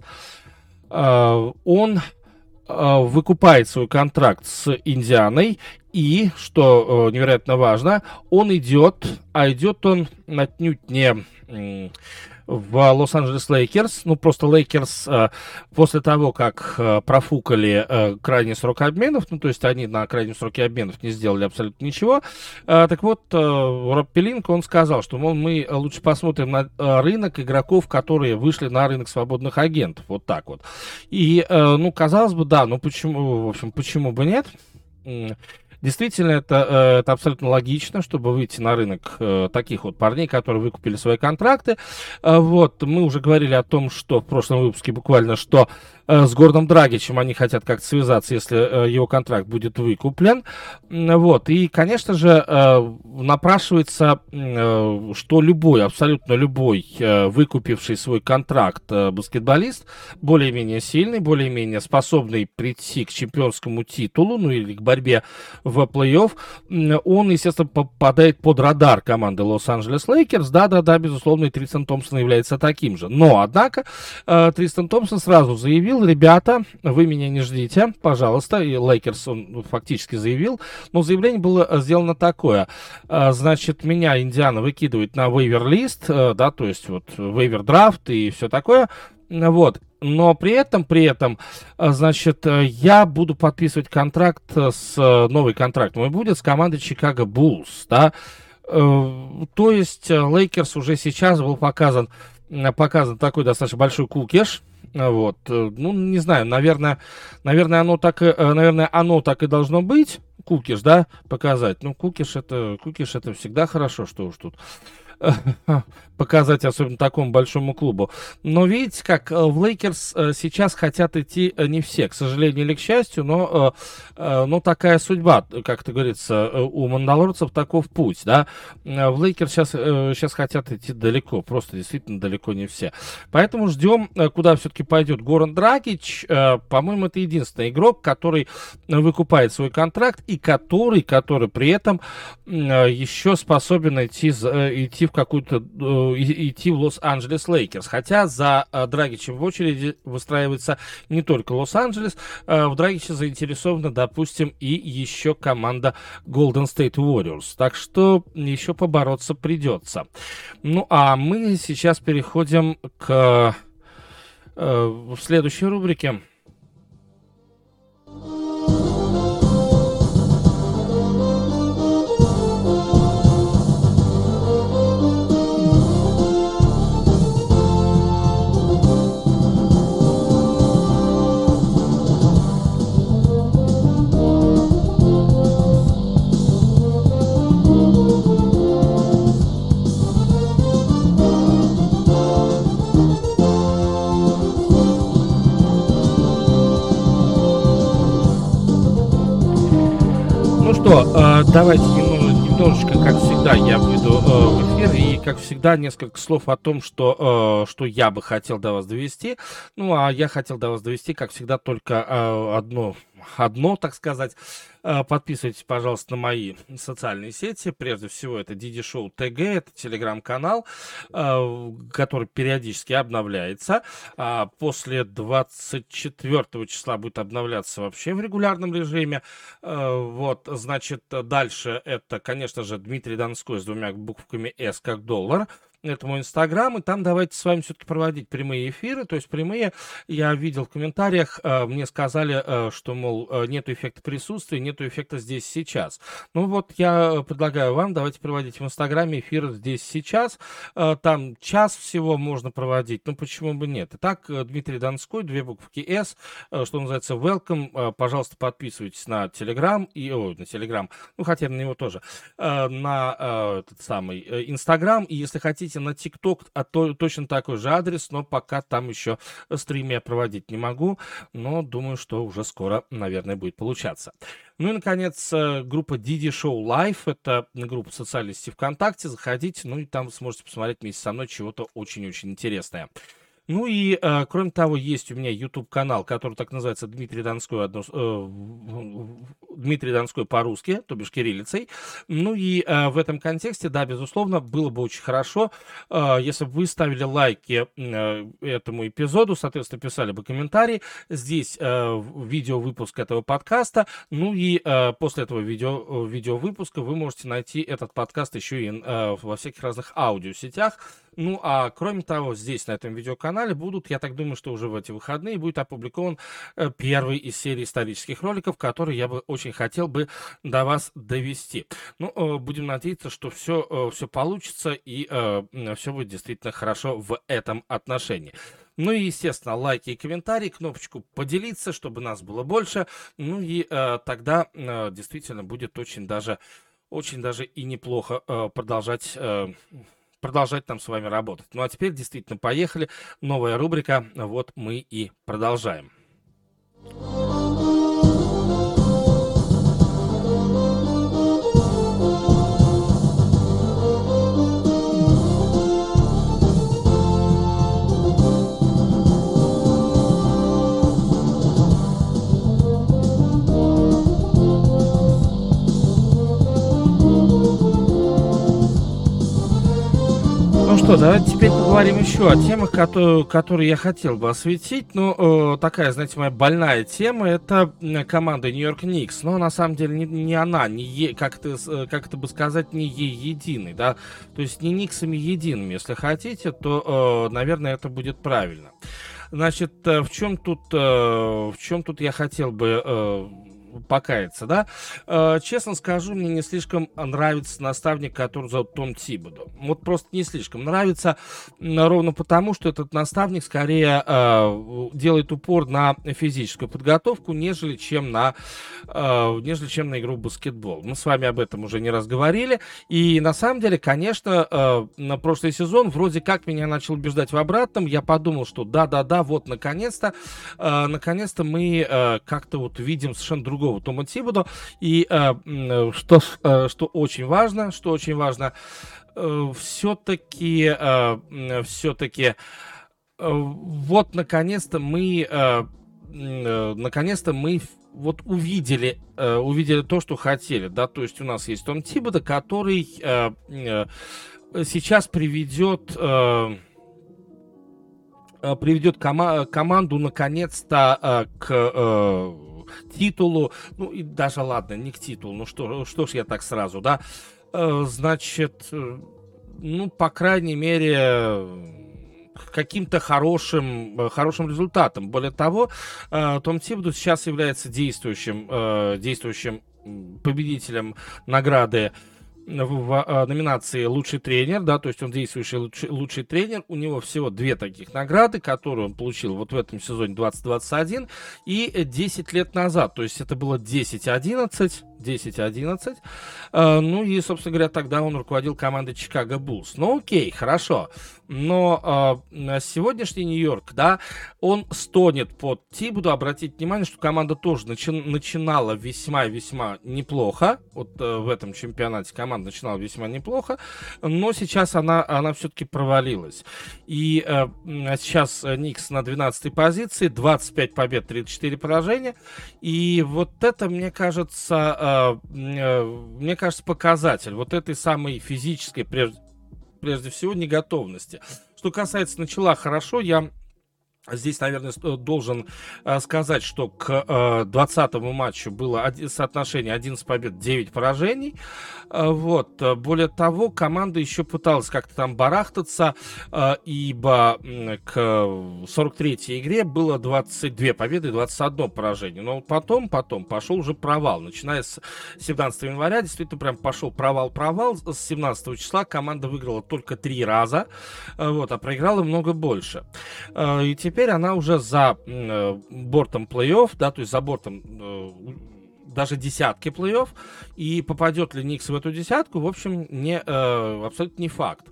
э, он э, выкупает свой контракт с Индианой и, что э, невероятно важно, он идет, а идет он отнюдь не... Э, в Лос-Анджелес Лейкерс. Ну, просто Лейкерс э, после того, как э, профукали э, крайний срок обменов, ну, то есть они на крайнем сроке обменов не сделали абсолютно ничего, э, так вот, э, Роб Пелинка, он сказал, что, мол, мы лучше посмотрим на э, рынок игроков, которые вышли на рынок свободных агентов, вот так вот. И, э, ну, казалось бы, да, ну, почему, в общем, почему бы нет? Действительно, это, это абсолютно логично, чтобы выйти на рынок э, таких вот парней, которые выкупили свои контракты. Э, вот, мы уже говорили о том, что в прошлом выпуске буквально, что э, с Гордоном Драгичем они хотят как-то связаться, если э, его контракт будет выкуплен. Вот, и, конечно же, э, напрашивается, э, что любой, абсолютно любой э, выкупивший свой контракт э, баскетболист, более-менее сильный, более-менее способный прийти к чемпионскому титулу, ну или к борьбе в плей-офф, он, естественно, попадает под радар команды Лос-Анджелес Лейкерс. Да-да-да, безусловно, и Тристан Томпсон является таким же. Но, однако, э, Тристан Томпсон сразу заявил: ребята, вы меня не ждите, пожалуйста. И Лейкерс он фактически заявил. Но заявление было сделано такое. Э, значит, меня Индиана выкидывает на вейвер-лист, э, да, то есть вот вейвер-драфт и все такое. Вот. Но при этом, при этом, значит, я буду подписывать контракт с, новый контракт мой будет с командой Чикаго Буллс, да. То есть Лейкерс уже сейчас был показан, показан такой достаточно большой кукиш. Вот. Ну, не знаю, наверное, наверное, оно так, и, наверное, оно так и должно быть, кукиш, да, показать. Ну, кукиш это, кукиш это всегда хорошо, что уж тут показать, особенно такому большому клубу. Но видите, как в Лейкерс сейчас хотят идти не все, к сожалению или к счастью, но, но такая судьба, как это говорится, у мандалорцев таков путь, да. В Лейкерс сейчас, сейчас хотят идти далеко, просто действительно далеко не все. Поэтому ждем, куда все-таки пойдет Горан Драгич. По-моему, это единственный игрок, который выкупает свой контракт и который, который при этом еще способен идти, идти в какую-то идти в Лос-Анджелес Лейкерс. Хотя за э, Драгичем в очереди выстраивается не только Лос-Анджелес. Э, в Драгиче заинтересована, допустим, и еще команда Golden State Warriors. Так что еще побороться придется. Ну, а мы сейчас переходим к э, следующей рубрике. что, э, давайте немного, немножечко, как всегда, я выйду э, в эфир, и, как всегда, несколько слов о том, что, э, что я бы хотел до вас довести. Ну, а я хотел до вас довести, как всегда, только э, одно, одно, так сказать. Э, подписывайтесь, пожалуйста, на мои социальные сети. Прежде всего, это ди ди шоу точка ти джи, это телеграм-канал, э, который периодически обновляется. А после двадцать четвёртого числа будет обновляться вообще в регулярном режиме. Э, вот, значит, дальше это, конечно же, Дмитрий Донской с двумя буквами «С» как доллар. Это мой инстаграм, и там давайте с вами все-таки проводить прямые эфиры, то есть прямые. Я видел в комментариях, э, мне сказали, э, что, мол, э, нету эффекта присутствия, нету эффекта здесь сейчас. Ну вот я предлагаю вам, давайте проводить в инстаграме эфир здесь сейчас. Э, там час всего можно проводить, ну почему бы нет. Итак, э, Дмитрий Донской, две буквы «С», э, что называется, welcome. Э, пожалуйста, подписывайтесь на Телеграм, и, о, на Телеграм, ну хотя на него тоже, э, на э, этот самый э, Инстаграм, и если хотите на ТикТок, а то точно такой же адрес, но пока там еще стрим я проводить не могу, но думаю, что уже скоро, наверное, будет получаться. Ну и, наконец, группа ди ди шоу Live, это группа социальной сети ВКонтакте, заходите, ну и там сможете посмотреть вместе со мной чего-то очень-очень интересное. Ну и, э, кроме того, есть у меня YouTube-канал, который так называется Дмитрий Донской, одно, э, Дмитрий Донской по-русски, то бишь кириллицей. Ну и э, в этом контексте, да, безусловно, было бы очень хорошо, э, если бы вы ставили лайки э, этому эпизоду, соответственно, писали бы комментарии. Здесь э, видео-выпуск этого подкаста. Ну и э, после этого видео, видео-выпуска вы можете найти этот подкаст еще и э, во всяких разных аудиосетях. Ну, а кроме того, здесь, на этом видеоканале, будут, я так думаю, что уже в эти выходные будет опубликован э, первый из серии исторических роликов, который я бы очень хотел бы до вас довести. Ну, э, будем надеяться, что все, э, все получится и э, все будет действительно хорошо в этом отношении. Ну и, естественно, лайки и комментарии, кнопочку «Поделиться», чтобы нас было больше. Ну и э, тогда э, действительно будет очень даже, очень даже и неплохо э, продолжать... Э, продолжать там с вами работать. Ну а теперь действительно поехали. Новая рубрика. Вот мы и продолжаем. Ну что, давайте теперь поговорим еще о темах, которые, которые я хотел бы осветить. Ну, э, такая, знаете, моя больная тема — это команда Нью-Йорк Никс. Но на самом деле не, не она, не е, как, это, как это бы сказать, не ей единый, да. То есть не Никсами едиными, если хотите, то, э, наверное, это будет правильно. Значит, э, в чем тут, э, в чем тут я хотел бы... Э, покаяться, да. Э, честно скажу, мне не слишком нравится наставник, который зовут Том Тибодо. Вот просто не слишком нравится, ровно потому, что этот наставник скорее э, делает упор на физическую подготовку, нежели чем на, э, нежели чем на игру в баскетбол. Мы с вами об этом уже не раз говорили, и на самом деле, конечно, э, на прошлый сезон вроде как меня начал убеждать в обратном. Я подумал, что да-да-да, вот наконец-то, э, наконец-то мы э, как-то вот видим совершенно другой Тома Тибодо. И э, что, э, что очень важно, что очень важно, э, все-таки, э, все-таки, э, вот наконец-то мы, э, э, наконец-то мы вот увидели, э, увидели то, что хотели, да, то есть у нас есть Том Тибодо, который э, э, сейчас приведет э, приведет кома- команду наконец-то э, к э, титулу, ну и даже ладно, не к титулу, ну что, что ж я так сразу, да, э, значит, э, ну, по крайней мере, каким-то хорошим, э, хорошим результатом. Более того, э, Том Тибодо сейчас является действующим, э, действующим победителем награды в номинации «Лучший тренер», да, то есть он действующий лучший, лучший тренер. У него всего две таких награды, которые он получил вот в этом сезоне двадцать двадцать один и десять лет назад. То есть это было десять одиннадцать, десять одиннадцать. Э, ну и, собственно говоря, тогда он руководил командой Чикаго Буллс. Ну окей, хорошо. Но э, сегодняшний Нью-Йорк, да, он стонет под Тибодо. Обратите внимание, что команда тоже начи- начинала весьма-весьма неплохо. Вот э, в этом чемпионате команда начинала весьма неплохо. Но сейчас она, она все-таки провалилась. И э, сейчас Никс на двенадцатой позиции, двадцать пять побед, тридцать четыре поражения. И вот это, мне кажется, э, э, мне кажется, показатель вот этой самой физической, прежде, прежде всего, неготовности. Что касается начала хорошо, я здесь, наверное, должен э, сказать, что к э, двадцатому матчу было один, соотношение одиннадцать побед, девять поражений. Э, вот. Более того, команда еще пыталась как-то там барахтаться, э, ибо э, к сорок третьей игре было двадцать две победы и двадцать одно поражение. Но потом, потом пошел уже провал. Начиная с семнадцатого января, действительно, прям пошел провал-провал. С семнадцатого числа команда выиграла только три раза, э, вот, а проиграла много больше. Э, и теперь Теперь она уже за э, бортом плей-офф, да, то есть за бортом э, даже десятки плей-офф, и попадет ли Никс в эту десятку, в общем, не, э, абсолютно не факт.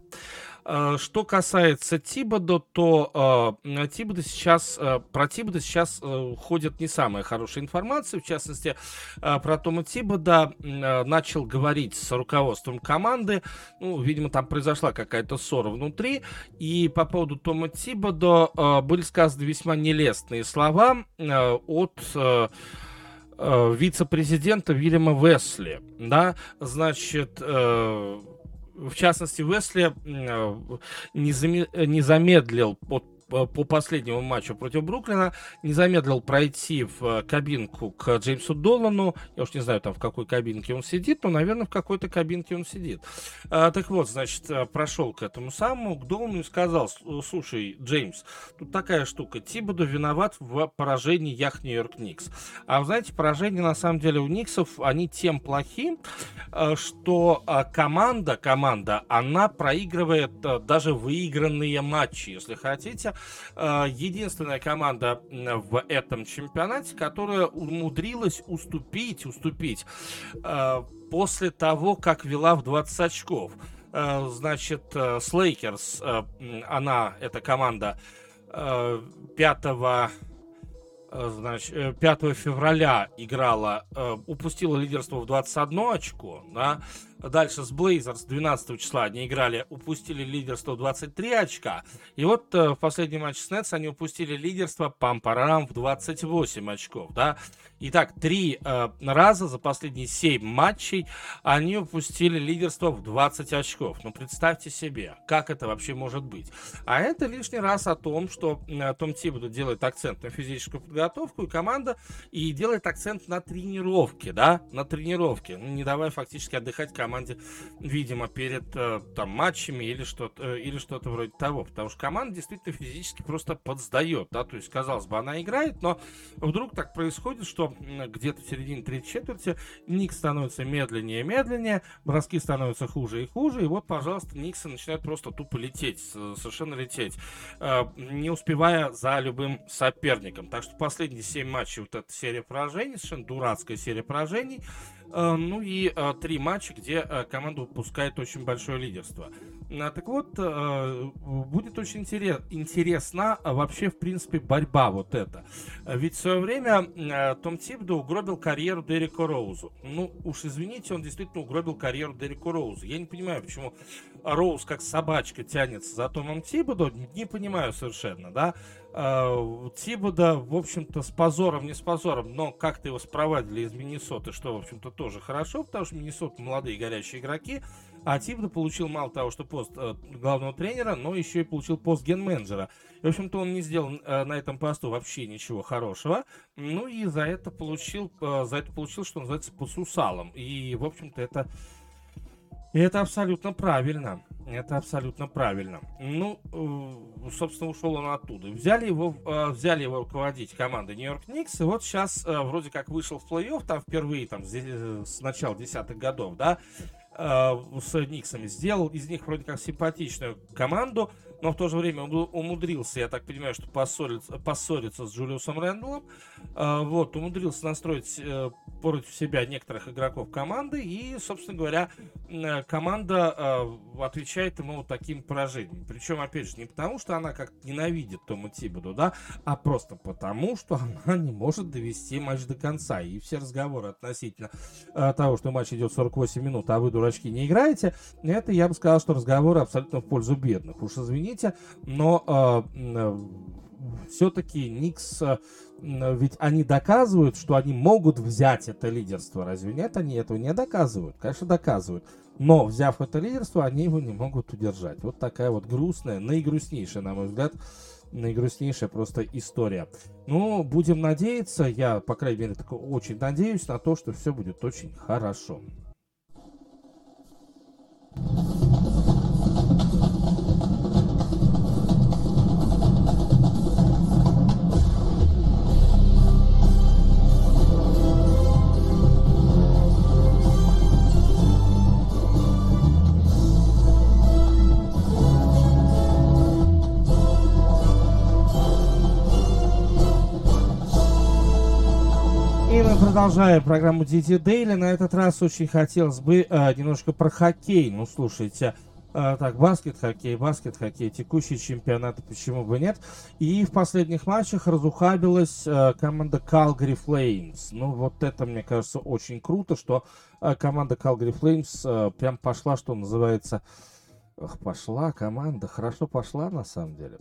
Что касается Тибодо, то э, Тибодо сейчас, э, про Тибодо сейчас э, ходит не самая хорошая информация. В частности, э, про Тома Тибодо э, начал говорить с руководством команды. Ну, видимо, там произошла какая-то ссора внутри. И по поводу Тома Тибодо э, были сказаны весьма нелестные слова э, от... Э, вице-президента Вильяма Уэсли, да, значит, э, в частности, Уэсли э, не, заме, не замедлил под по последнему матчу против Бруклина, не замедлил пройти в кабинку к Джеймсу Долану. Я уж не знаю, там в какой кабинке он сидит, но, наверное, в какой-то кабинке он сидит. А, так вот, значит, прошел к этому самому, к Долану и сказал: слушай, Джеймс, тут такая штука, Тибодо виноват в поражении Ях Нью-Йорк Никс. А вы знаете, поражения на самом деле у Никсов, они тем плохи, что команда, команда, она проигрывает даже выигранные матчи, если хотите. Единственная команда в этом чемпионате, которая умудрилась уступить, уступить после того, как вела в двадцать очков. Значит, с Лейкерс, она, эта команда, пятого Значит, пятого февраля играла, упустила лидерство в двадцать одно очко, да. Дальше с Blazers двенадцатого числа они играли, упустили лидерство в двадцать три очка. И вот в последнем матче с Нетс они упустили лидерство, пам-парам, в двадцать восемь очков, да. Итак, три э, раза за последние семь матчей они упустили лидерство в двадцать очков. Ну, представьте себе, как это вообще может быть. А это лишний раз о том, что э, Том Тибодо делает акцент на физическую подготовку, и команда и делает акцент на тренировке, да, на тренировке, ну, не давая фактически отдыхать команде, видимо, перед э, там матчами или что-то, э, или что-то вроде того, потому что команда действительно физически просто подсдает, да, то есть, казалось бы, она играет, но вдруг так происходит, что где-то в середине третьей четверти Никс становится медленнее и медленнее, броски становятся хуже и хуже, и вот, пожалуйста, Никсы начинают просто тупо лететь, совершенно лететь, не успевая за любым соперником. Так что последние семь матчей, вот эта серия поражений, совершенно дурацкая серия поражений, ну и три матча, где команда выпускает очень большое лидерство. Так вот, будет очень интерес, интересна вообще, в принципе, борьба вот эта. Ведь в свое время Том Тибодо угробил карьеру Дереку Роузу. Ну, уж извините, он действительно угробил карьеру Дереку Роузу. Я не понимаю, почему Роуз как собачка тянется за Томом Тибодо, не понимаю совершенно, да. Тибодо, в общем-то, с позором, не с позором, но как-то его спровадили из Миннесоты, что, в общем-то, тоже хорошо, потому что Миннесота молодые горячие игроки, а Тибодо получил мало того, что пост э, главного тренера, но еще и получил пост ген-менеджера. И, в общем-то, он не сделал э, на этом посту вообще ничего хорошего, ну и за это получил, э, за это получил, что называется, по сусалам. И, в общем-то, это... И это абсолютно правильно. Это абсолютно правильно. Ну, собственно, ушел он оттуда. Взяли его, взяли его руководить командой Нью-Йорк Никс. И вот сейчас вроде как вышел в плей-офф, там впервые там, с начала десятых годов, да, с Никсами. Сделал из них вроде как симпатичную команду, но в то же время умудрился, я так понимаю, что поссориться, поссориться с Джулиусом Рэндаллом. Вот, умудрился настроить против себя некоторых игроков команды, и, собственно говоря, команда э, отвечает ему вот таким поражением. Причем, опять же, не потому, что она как-то ненавидит Тома Тибоду, да, а просто потому, что она не может довести матч до конца. И все разговоры относительно э, того, что матч идет сорок восемь минут, а вы, дурачки, не играете, это, я бы сказал, что разговоры абсолютно в пользу бедных. Уж извините, но э, э, все-таки Никс... Э, ведь они доказывают, что они могут взять это лидерство. Разве нет? Они этого не доказывают. Конечно, доказывают. Но, взяв это лидерство, они его не могут удержать. Вот такая вот грустная, наигрустнейшая, на мой взгляд, наигрустнейшая просто история. Ну, будем надеяться, я, по крайней мере, так очень надеюсь на то, что все будет очень хорошо. Продолжаем программу ди ти Daily. На этот раз очень хотелось бы э, немножко про хоккей. Ну, слушайте, э, так, баскет, хоккей, баскет, хоккей, текущий чемпионат, почему бы нет. И в последних матчах разухабилась э, команда Calgary Flames. Ну, вот это, мне кажется, очень круто, что э, команда Calgary Flames э, прям пошла, что называется... Ох, пошла команда, хорошо пошла на самом деле.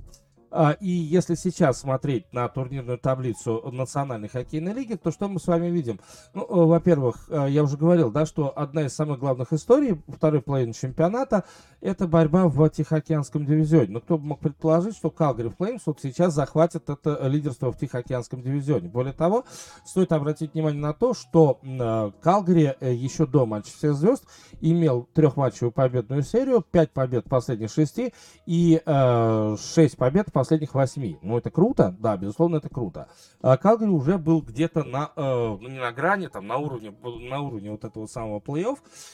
И если сейчас смотреть на турнирную таблицу Национальной хоккейной лиги, то что мы с вами видим? Ну, во-первых, я уже говорил, да, что одна из самых главных историй второй половины чемпионата — это борьба в Тихоокеанском дивизионе. Но кто бы мог предположить, что Calgary Flames вот сейчас захватит это лидерство в Тихоокеанском дивизионе. Более того, стоит обратить внимание на то, что Calgary еще до матча всех звезд имел трехматчевую победную серию, пять побед в последних шести и э, шесть побед в последних восьми. Ну, это круто, да, безусловно, это круто. Calgary уже был где-то на, э, ну, не на грани, там, на уровне, на уровне вот этого самого плей-офф.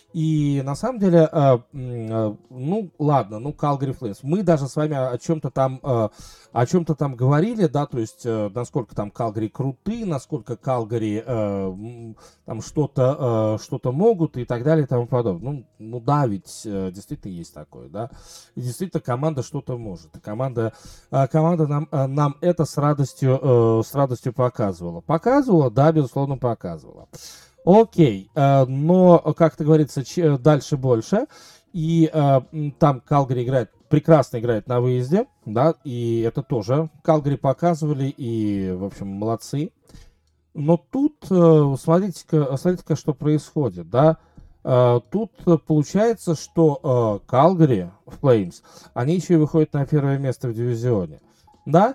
И на самом деле, э, э, ну, ладно, ну, Calgary Flames. Мы даже с вами о чем-то там, э, о чем-то там говорили, да, то есть, э, насколько там Calgary крутые, насколько Calgary э, там что-то, э, что-то могут и так далее и тому подобное. Ну, ну да, ведь э, действительно есть такое, да. И действительно команда что-то может. И команда, э, команда нам, э, нам это с радостью, э, с радостью показывала. Показывала, да, безусловно, показывала. Окей, э, но, как это говорится, ч- дальше больше. И э, там Calgary играет, прекрасно играет на выезде, да, и это тоже Calgary показывали, и, в общем, молодцы. Но тут, э, смотрите-ка, смотрите-ка, что происходит, да. Uh, тут uh, получается, что uh, Calgary Flames, они еще и выходят на первое место в дивизионе. Да,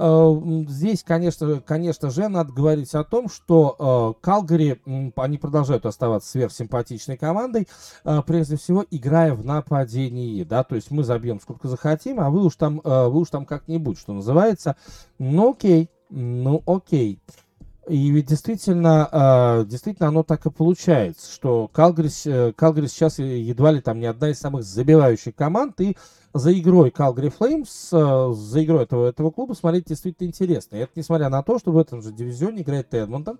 uh, здесь, конечно, конечно же, надо говорить о том, что uh, Calgary, м, они продолжают оставаться сверхсимпатичной командой, uh, прежде всего, играя в нападении. Да, то есть мы забьем сколько захотим, а вы уж там, uh, вы уж там как-нибудь, что называется. Ну окей, ну окей. И ведь действительно, действительно оно так и получается, что Calgary, Calgary сейчас едва ли там не одна из самых забивающих команд, и за игрой Calgary Flames, за игрой этого, этого клуба смотреть действительно интересно. И это несмотря на то, что в этом же дивизионе играет Эдмонтон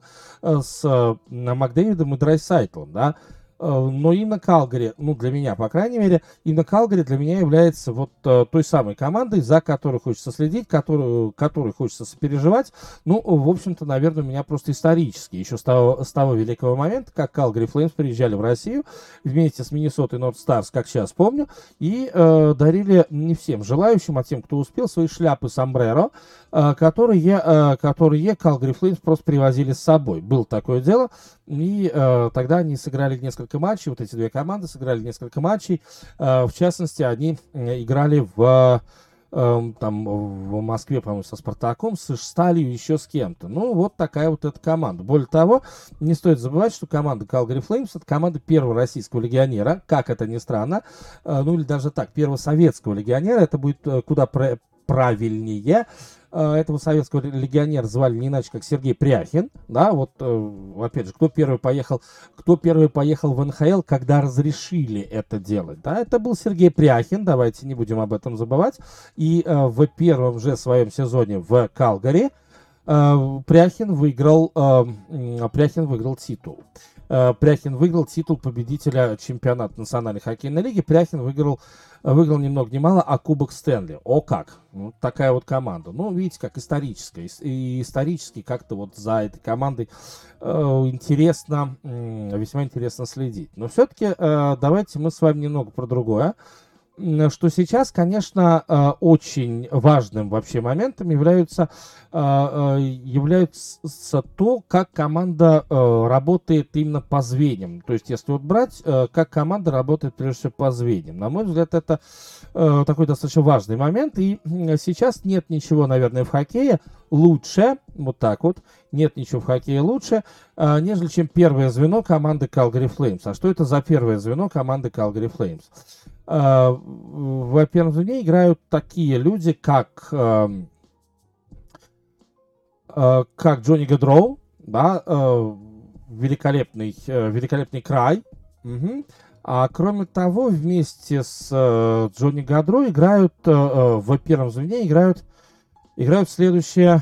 с Макдэвидом и Драйсайтлом, да. Но именно Calgary, ну для меня, по крайней мере, именно Calgary для меня является вот uh, той самой командой, за которой хочется следить, которую, которой хочется сопереживать. Ну, в общем-то, наверное, у меня просто исторически, еще с того, с того великого момента, как Calgary Flames приезжали в Россию вместе с Minnesota North Stars, как сейчас помню, и uh, дарили не всем желающим, а тем, кто успел, свои шляпы сомбреро, uh, которые, uh, которые Calgary Flames просто привозили с собой. Было такое дело, и uh, тогда они сыграли несколько матчей, вот эти две команды сыграли несколько матчей, э, в частности, они играли в, э, там, в Москве, по-моему, со Спартаком, с Сталью, еще с кем-то. Ну, вот такая вот эта команда. Более того, не стоит забывать, что команда Calgary Flames — это команда первого российского легионера, как это ни странно, э, ну, или даже так, первого советского легионера, это будет э, куда пр- правильнее. Этого советского легионера звали не иначе, как Сергей Пряхин, да, вот, опять же, кто первый поехал, кто первый поехал в эн ха эл, когда разрешили это делать, да, это был Сергей Пряхин, давайте не будем об этом забывать, и в первом же своем сезоне в Калгари э, Пряхин выиграл, э, Пряхин выиграл титул. Э, Пряхин выиграл титул победителя чемпионата национальной хоккейной лиги. Пряхин выиграл, выиграл ни много ни мало, а Кубок Стэнли. О как! Вот такая вот команда. Ну, видите, как историческая. И исторически как-то вот за этой командой э, интересно, э, весьма интересно следить. Но все-таки э, давайте мы с вами немного про другое. Что сейчас, конечно, очень важным вообще моментом являются, является то, как команда работает именно по звеньям. То есть, если вот брать, как команда работает прежде всего по звеньям. На мой взгляд, это такой достаточно важный момент. И сейчас нет ничего, наверное, в хоккее лучше, вот так вот, нет ничего в хоккее лучше, нежели чем первое звено команды Calgary Flames. А что это за первое звено команды Calgary Flames? Uh, в первом звене играют такие люди, как, uh, uh, как Джонни Гадроу, да, uh, великолепный, uh, великолепный край. Uh-huh. А кроме того, вместе с uh, Джонни Гадроу играют uh, uh, в первом звене играют, играют следующие,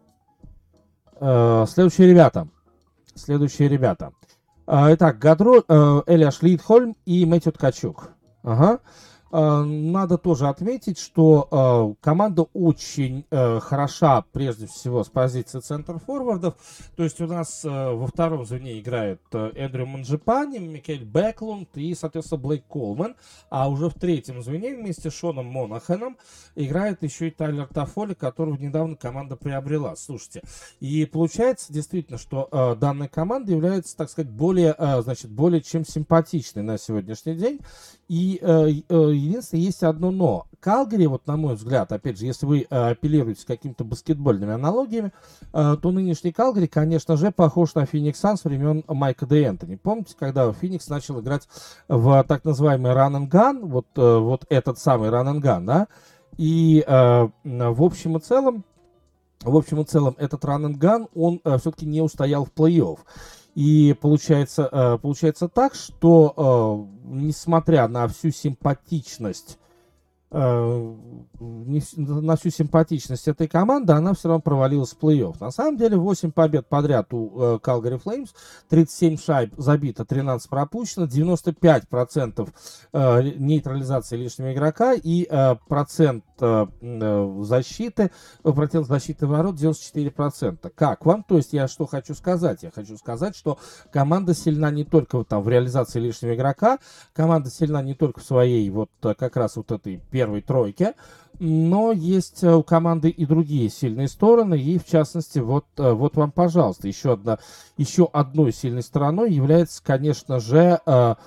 uh, следующие ребята. Следующие ребята. Uh, итак, Гадроу, uh, Элиаш Лидхольм и Мэтью Ткачук. Ага. Надо тоже отметить, что э, команда очень э, хороша, прежде всего, с позиции центр-форвардов. То есть у нас э, во втором звене играют э, Эндрю Манджипани, Микель Бэклунд и, соответственно, Блейк Колман. А уже в третьем звене вместе с Шоном Монаханом играет еще и Тайлер Тофоли, которого недавно команда приобрела. Слушайте, и получается действительно, что э, данная команда является, так сказать, более, э, значит, более чем симпатичной на сегодняшний день. И э, э, единственное, есть одно но. Калгари, вот на мой взгляд, опять же, если вы э, апеллируете к какими-то баскетбольными аналогиями, э, то нынешний Калгари, конечно же, похож на Феникс Санс времен Майка Де Энтони. Помните, когда Феникс начал играть в так называемый run and gun, вот, э, вот этот самый run and gun, да, и э, в общем и целом, в общем и целом, этот run and gun, он э, все-таки не устоял в плей-офф. И получается, э, получается так, что э, несмотря на всю симпатичность, э, не, на всю симпатичность этой команды, она все равно провалилась в плей-офф. На самом деле восемь побед подряд у э, Calgary Flames, тридцать семь шайб забито, тринадцать пропущено, девяносто пять процентов э, нейтрализации лишнего игрока и э, процент э, защиты, процент защиты ворот девяносто четыре процента. Как вам? То есть я что хочу сказать? Я хочу сказать, что команда сильна не только там в реализации лишнего игрока, команда сильна не только в своей вот как раз вот этой первой тройке, но есть у команды и другие сильные стороны, и в частности, вот, вот вам, пожалуйста, еще одна, еще одной сильной стороной является, конечно же,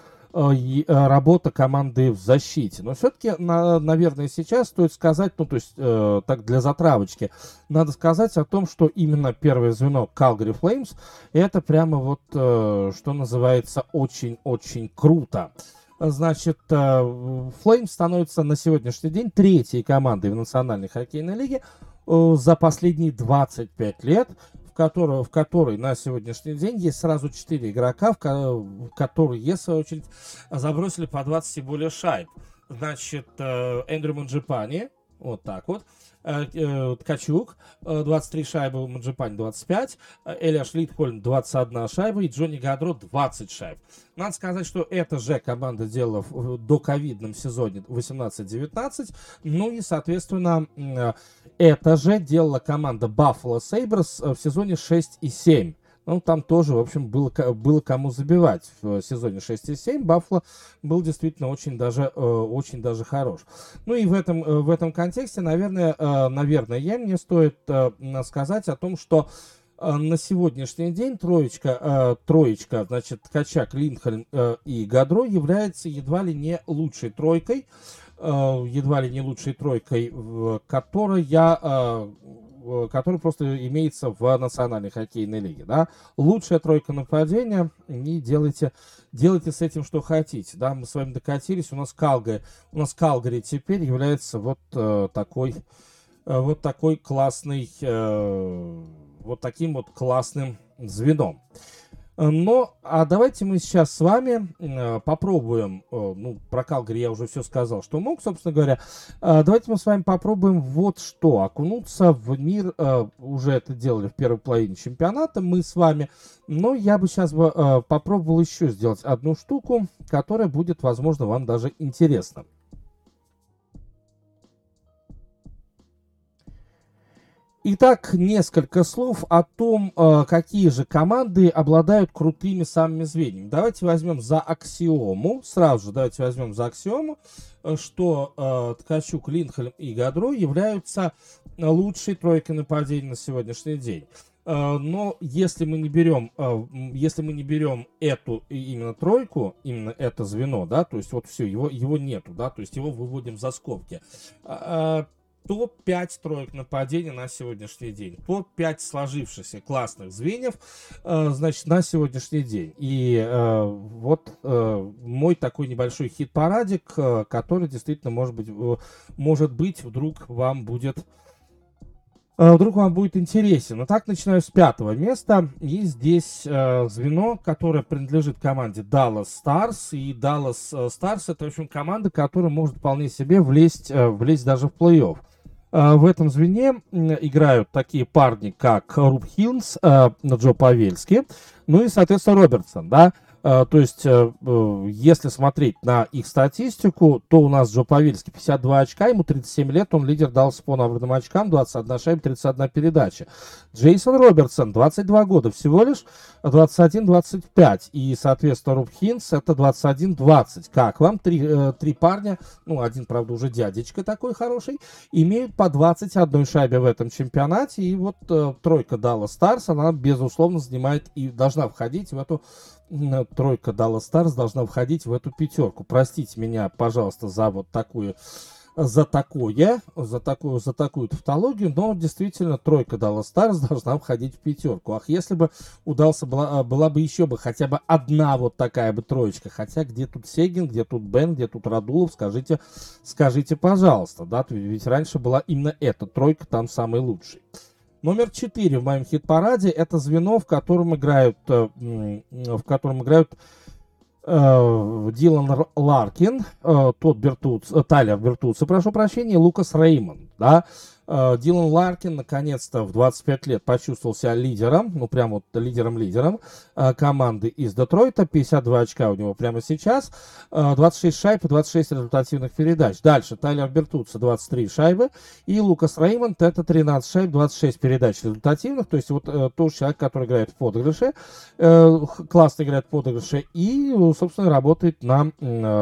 работа команды в защите. Но все-таки, на, наверное, сейчас стоит сказать, ну, то есть, э, так для затравочки, надо сказать о том, что именно первое звено Calgary Flames, это прямо вот, э, что называется, очень-очень круто. Значит, Flames становится на сегодняшний день третьей командой в Национальной хоккейной лиге э, за последние двадцать пять лет, в которой, в которой на сегодняшний день есть сразу четыре игрока, в которые, в свою очередь, забросили по двадцать и более шайб. Значит, Эндрю Манджипани, вот так вот, Ткачук, двадцать три шайбы, Манджипани двадцать пять, Элиаш Лидхольм двадцать одна шайба и Джонни Гадро двадцать шайб. Надо сказать, что эта же команда делала в доковидном сезоне восемнадцать девятнадцать, ну и, соответственно, это же делала команда Buffalo Sabres в сезоне шесть и семь. Ну, там тоже, в общем, было, было кому забивать в сезоне шесть и семь. Баффало был действительно очень даже, очень даже хорош. Ну и в этом, в этом контексте, наверное, наверное, я мне стоит сказать о том, что на сегодняшний день троечка, троечка, значит, Ткачак, Линдхольм и Гадро является едва ли не лучшей тройкой, едва ли не лучшей тройкой, которая который просто имеется в Национальной хоккейной лиге, да. Лучшая тройка нападения, и делайте, делайте с этим, что хотите, да. Мы с вами докатились, у нас Калгари, у нас Калгари теперь является вот э, такой, э, вот такой классный, э, вот таким вот классным звеном. Э, Но, а давайте мы сейчас с вами э, попробуем, э, ну, про Калгари я уже все сказал, что мог, собственно говоря. Э, давайте мы с вами попробуем вот что, окунуться в мир, э, уже это делали в первой половине чемпионата мы с вами, но я бы сейчас бы, э, попробовал еще сделать одну штуку, которая будет, возможно, вам даже интересна. Итак, несколько слов о том, э, какие же команды обладают крутыми самыми звеньями. Давайте возьмем за аксиому, сразу же давайте возьмем за аксиому, э, что э, Ткачук, Линхольм и Гадро являются лучшей тройкой нападений на сегодняшний день. Э, но если мы не берем, э, м, если мы не берем эту и именно тройку, именно это звено, да, то есть вот все, его, его нету, да, то есть его выводим за скобки. Э, топ пять троек нападения на сегодняшний день. топ пять сложившихся классных звеньев, э, значит, на сегодняшний день. И э, вот э, мой такой небольшой хит-парадик, э, который действительно, может быть, э, может быть, вдруг вам будет э, вдруг вам будет интересен. Но так, начинаю с пятого места. И здесь э, звено, которое принадлежит команде Dallas Stars. И Dallas э, Stars — это, в общем, команда, которая может вполне себе влезть, э, влезть даже в плей-офф. Uh, в этом звене uh, играют такие парни, как Руб Хилнс, uh, Джо Павельски, ну и, соответственно, Робертсон, да. Uh, то есть, uh, uh, если смотреть на их статистику, то у нас Джо Павельски пятьдесят два очка, ему тридцать семь лет, он лидер Далласа по набранным очкам, двадцать одна шайба, тридцать одна передача. Джейсон Робертсон, двадцать два года всего лишь, двадцать один двадцать пять. И, соответственно, Руб Хинс это двадцать один двадцать. Как вам? Три, э, три парня, ну, один, правда, уже дядечка такой хороший, имеют по двадцать одной шайбе в этом чемпионате. И вот э, тройка Dallas Stars, она, безусловно, занимает и должна входить в эту э, тройка Dallas Stars должна входить в эту пятерку. Простите меня, пожалуйста, за вот такую за такое, за такую, за такую тавтологию, но действительно тройка Dallas Stars должна входить в пятерку. Ах, если бы удался, была, была бы еще бы хотя бы одна вот такая бы троечка, хотя где тут Сегин, где тут Бен, где тут Радулов, скажите, скажите, пожалуйста, да, ведь раньше была именно эта тройка там самый лучший. Номер четыре в моем хит-параде — это звено, в котором играют, в котором играют Дилан Ларкин, тот Бертуц, Тайлер Бертуци, прошу прощения, и Лукас Реймонд, да. Дилан Ларкин наконец-то в двадцать пять лет почувствовал себя лидером, ну прям вот лидером-лидером команды из Детройта, пятьдесят два очка у него прямо сейчас, двадцать шесть шайб и двадцать шесть результативных передач. Дальше Тайлер Бертуци двадцать три шайбы и Лукас Реймонд это тринадцать шайб, двадцать шесть передач результативных, то есть вот тот человек, который играет в подыгрыше, классно играет в подыгрыше и, собственно, работает на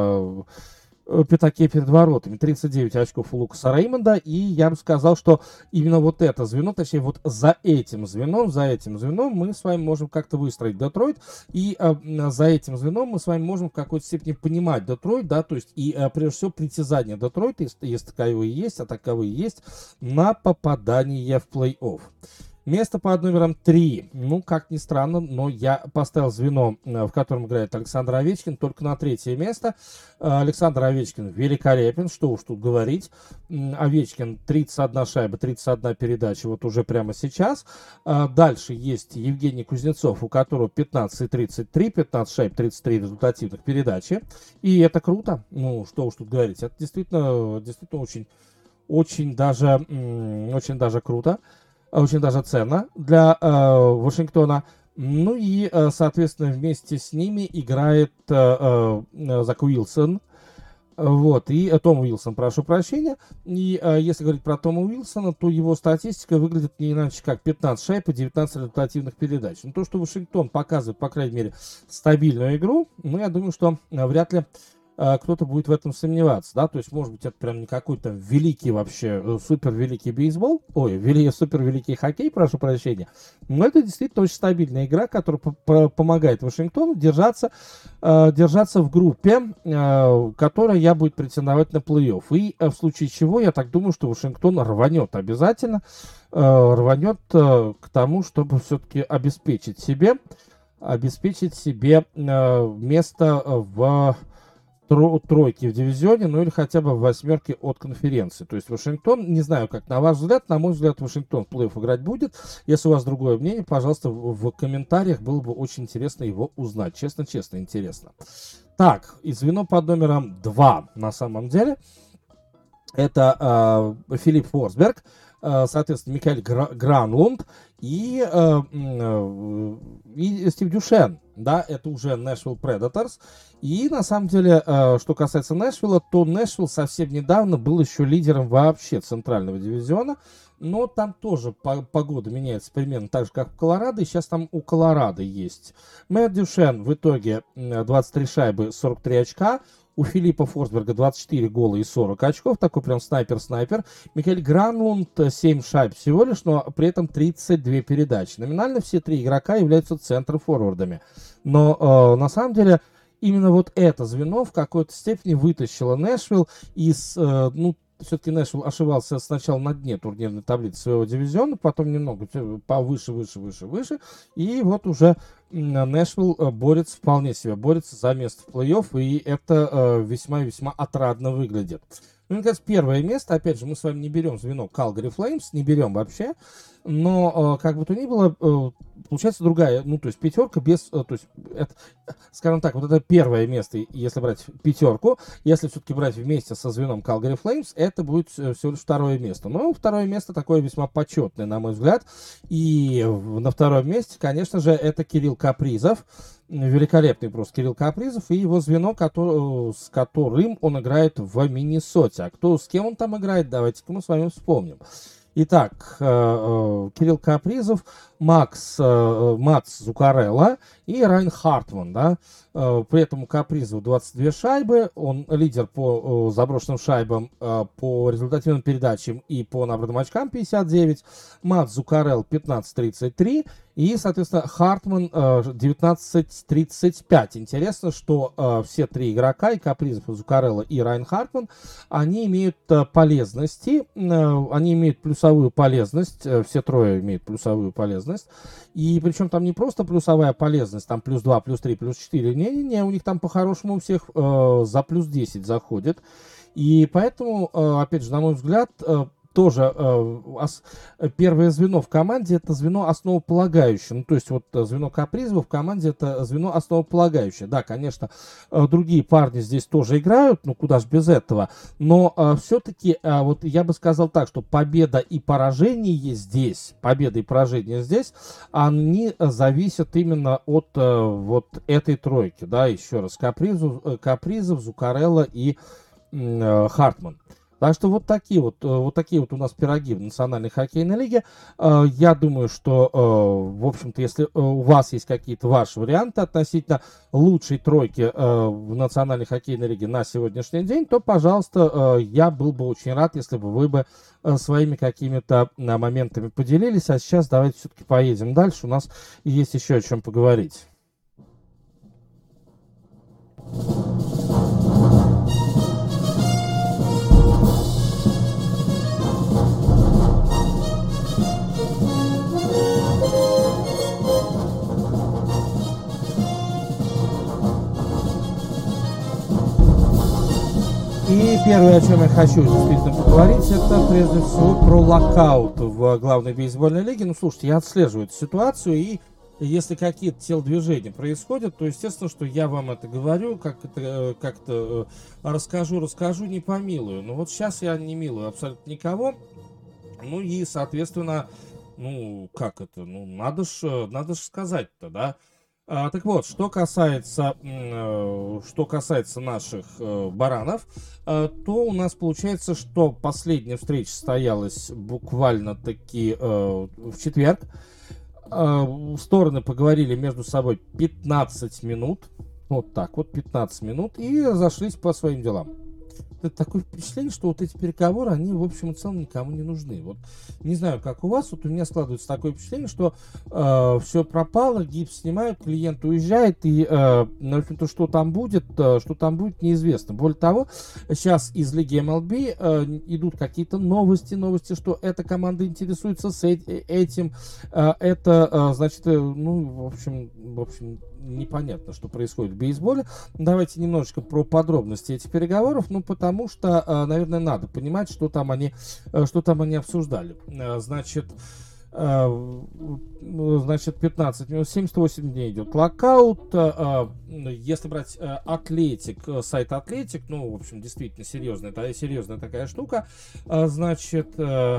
пятаке перед воротами. тридцать девять очков у Лукаса Реймонда, и я бы сказал, что именно вот это звено, точнее вот за этим звеном, за этим звеном мы с вами можем как-то выстроить Детройт, и э, за этим звеном мы с вами можем в какой-то степени понимать Детройт, да, то есть и э, прежде всего притязание Детройта, если, если таковые есть, а таковые есть, на попадание в плей-офф. Место под номером три. Ну, как ни странно, но я поставил звено, в котором играет Александр Овечкин, только на третье место. Александр Овечкин великолепен, что уж тут говорить. Овечкин тридцать одна шайба, тридцать одна передача вот уже прямо сейчас. Дальше есть Евгений Кузнецов, у которого пятнадцать и тридцать три, пятнадцать шайб, тридцать три результативных передачи. И это круто. Ну, что уж тут говорить. Это действительно, действительно очень, очень даже, очень даже круто. Очень даже ценно для э, Вашингтона. Ну и, э, соответственно, вместе с ними играет э, э, Зак Уилсон. Вот, и э, Том Уилсон, прошу прощения. И э, если говорить про Тома Уилсона, то его статистика выглядит не иначе как пятнадцать шайб и девятнадцать результативных передач. Но то, что Вашингтон показывает, по крайней мере, стабильную игру, ну, я думаю, что э, вряд ли кто-то будет в этом сомневаться, да, то есть, может быть, это прям не какой-то великий вообще, супер великий бейсбол, ой, вели, супер великий хоккей, прошу прощения, но это действительно очень стабильная игра, которая помогает Вашингтону держаться, э, держаться в группе, э, которая я будет претендовать на плей-офф, и э, в случае чего, я так думаю, что Вашингтон рванет обязательно, э, рванет э, к тому, чтобы все-таки обеспечить себе, обеспечить себе э, место в тро- тройки в дивизионе, ну или хотя бы в восьмерке от конференции. То есть Вашингтон, не знаю, как на ваш взгляд, на мой взгляд, Вашингтон в плей-офф играть будет. Если у вас другое мнение, пожалуйста, в, в комментариях, было бы очень интересно его узнать. Честно-честно, интересно. Так, и звено под номером два на самом деле. Это э, Филипп Форсберг, э, соответственно, Микаэль Гра- Гранлунд и, э, э, и Стив Дюшен. Да, это уже Нэшвилл Predators. И на самом деле, э, что касается Нэшвилла, то Нэшвилл совсем недавно был еще лидером вообще центрального дивизиона. Но там тоже по- погода меняется примерно так же, как в Колорадо. И сейчас там у Колорадо есть Мэтт Дюшен в итоге двадцать три шайбы, сорок три очка. У Филиппа Форсберга двадцать четыре гола и сорок очков. Такой прям снайпер-снайпер. Микаэль Гранлунд семь шайб всего лишь, но при этом тридцать две передачи. Номинально все три игрока являются центр-форвардами. Но э, на самом деле именно вот это звено в какой-то степени вытащило Нэшвилл из, э, ну, все-таки Нэшвилл ошибался сначала на дне турнирной таблицы своего дивизиона, потом немного повыше, выше, выше, выше. И вот уже Нэшвилл борется, вполне себе борется за место в плей-офф, и это э, весьма и весьма отрадно выглядит. Ну, мне кажется, первое место, опять же, мы с вами не берем звено Calgary Flames, не берем вообще, но э, как бы то ни было, э, получается другая, ну, то есть пятерка без, э, то есть, это, скажем так, вот это первое место, если брать пятерку, если все-таки брать вместе со звеном Calgary Flames, это будет всего лишь второе место. Но второе место такое весьма почетное, на мой взгляд, и на втором месте, конечно же, это Кирилл Капризов, великолепный просто Кирилл Капризов и его звено, который, с которым он играет в Миннесоте. А кто, с кем он там играет, давайте-ка мы с вами вспомним. Итак, э, э, Кирилл Капризов, Макс, э, Матс Зукарелло и Райан Хартман. Да? Э, при этом у Капризова двадцать две шайбы, он лидер по э, заброшенным шайбам, э, по результативным передачам и по набранным очкам пятьдесят девять. Матс Зукарелло пятнадцать тридцать три. И, соответственно, Хартман э, девятнадцать тридцать пять. Интересно, что э, все три игрока, и Капризов, и Зукарелло, и Райан Хартман, они имеют э, полезности, э, они имеют плюсовую полезность, э, все трое имеют плюсовую полезность. И причем там не просто плюсовая полезность, там плюс два, плюс три, плюс четыре. Не-не-не, у них там по-хорошему у всех э, за плюс десять заходит. И поэтому, э, опять же, на мой взгляд, э, тоже э, ос, первое звено в команде это звено основополагающее. Ну, то есть вот звено Капризова в команде это звено основополагающее. Да, конечно, э, другие парни здесь тоже играют, ну куда ж без этого. Но э, все-таки э, вот я бы сказал так, что победа и поражение здесь, победа и поражение здесь, они зависят именно от э, вот этой тройки. Да, еще раз, Капризов, э, Капризов Зукарелло и э, Хартман. Так что вот такие вот, вот такие вот у нас пироги в Национальной хоккейной лиге. Я думаю, что, в общем-то, если у вас есть какие-то ваши варианты относительно лучшей тройки в Национальной хоккейной лиге на сегодняшний день, то, пожалуйста, я был бы очень рад, если бы вы бы своими какими-то моментами поделились. А сейчас давайте все-таки поедем дальше. У нас есть еще о чем поговорить. И первое, о чем я хочу действительно поговорить, это прежде всего про локаут в главной бейсбольной лиге. Ну, слушайте, я отслеживаю эту ситуацию, и если какие-то телодвижения происходят, то, естественно, что я вам это говорю, как это, как-то расскажу, расскажу, не помилую. Но вот сейчас я не милую абсолютно никого. Ну и, соответственно, ну, как это, ну, надо ж, надо ж сказать-то, да. А, так вот, что касается, э, что касается наших э, баранов, э, то у нас получается, что последняя встреча состоялась буквально-таки э, в четверг. Э, стороны поговорили между собой пятнадцать минут, вот так вот, пятнадцать минут, и разошлись по своим делам. Это такое впечатление, что вот эти переговоры, они, в общем и целом, никому не нужны. Вот не знаю, как у вас, вот у меня складывается такое впечатление, что э, все пропало, гипс снимают, клиент уезжает, и, э, в общем-то, что там будет, э, что там будет, неизвестно. Более того, сейчас из Лиги эм эл би э, идут какие-то новости, новости, что эта команда интересуется с э- этим, э, это, э, значит, э, ну, в общем, в общем, непонятно, что происходит в бейсболе. Давайте немножечко про подробности этих переговоров, ну, потому что, наверное, надо понимать, что там они, что там они обсуждали. Значит, Значит, пятнадцать минут, семьдесят восемь дней идет локаут. Если брать Атлетик, сайт Атлетик, ну, в общем, действительно серьезная, серьезная такая штука. Значит,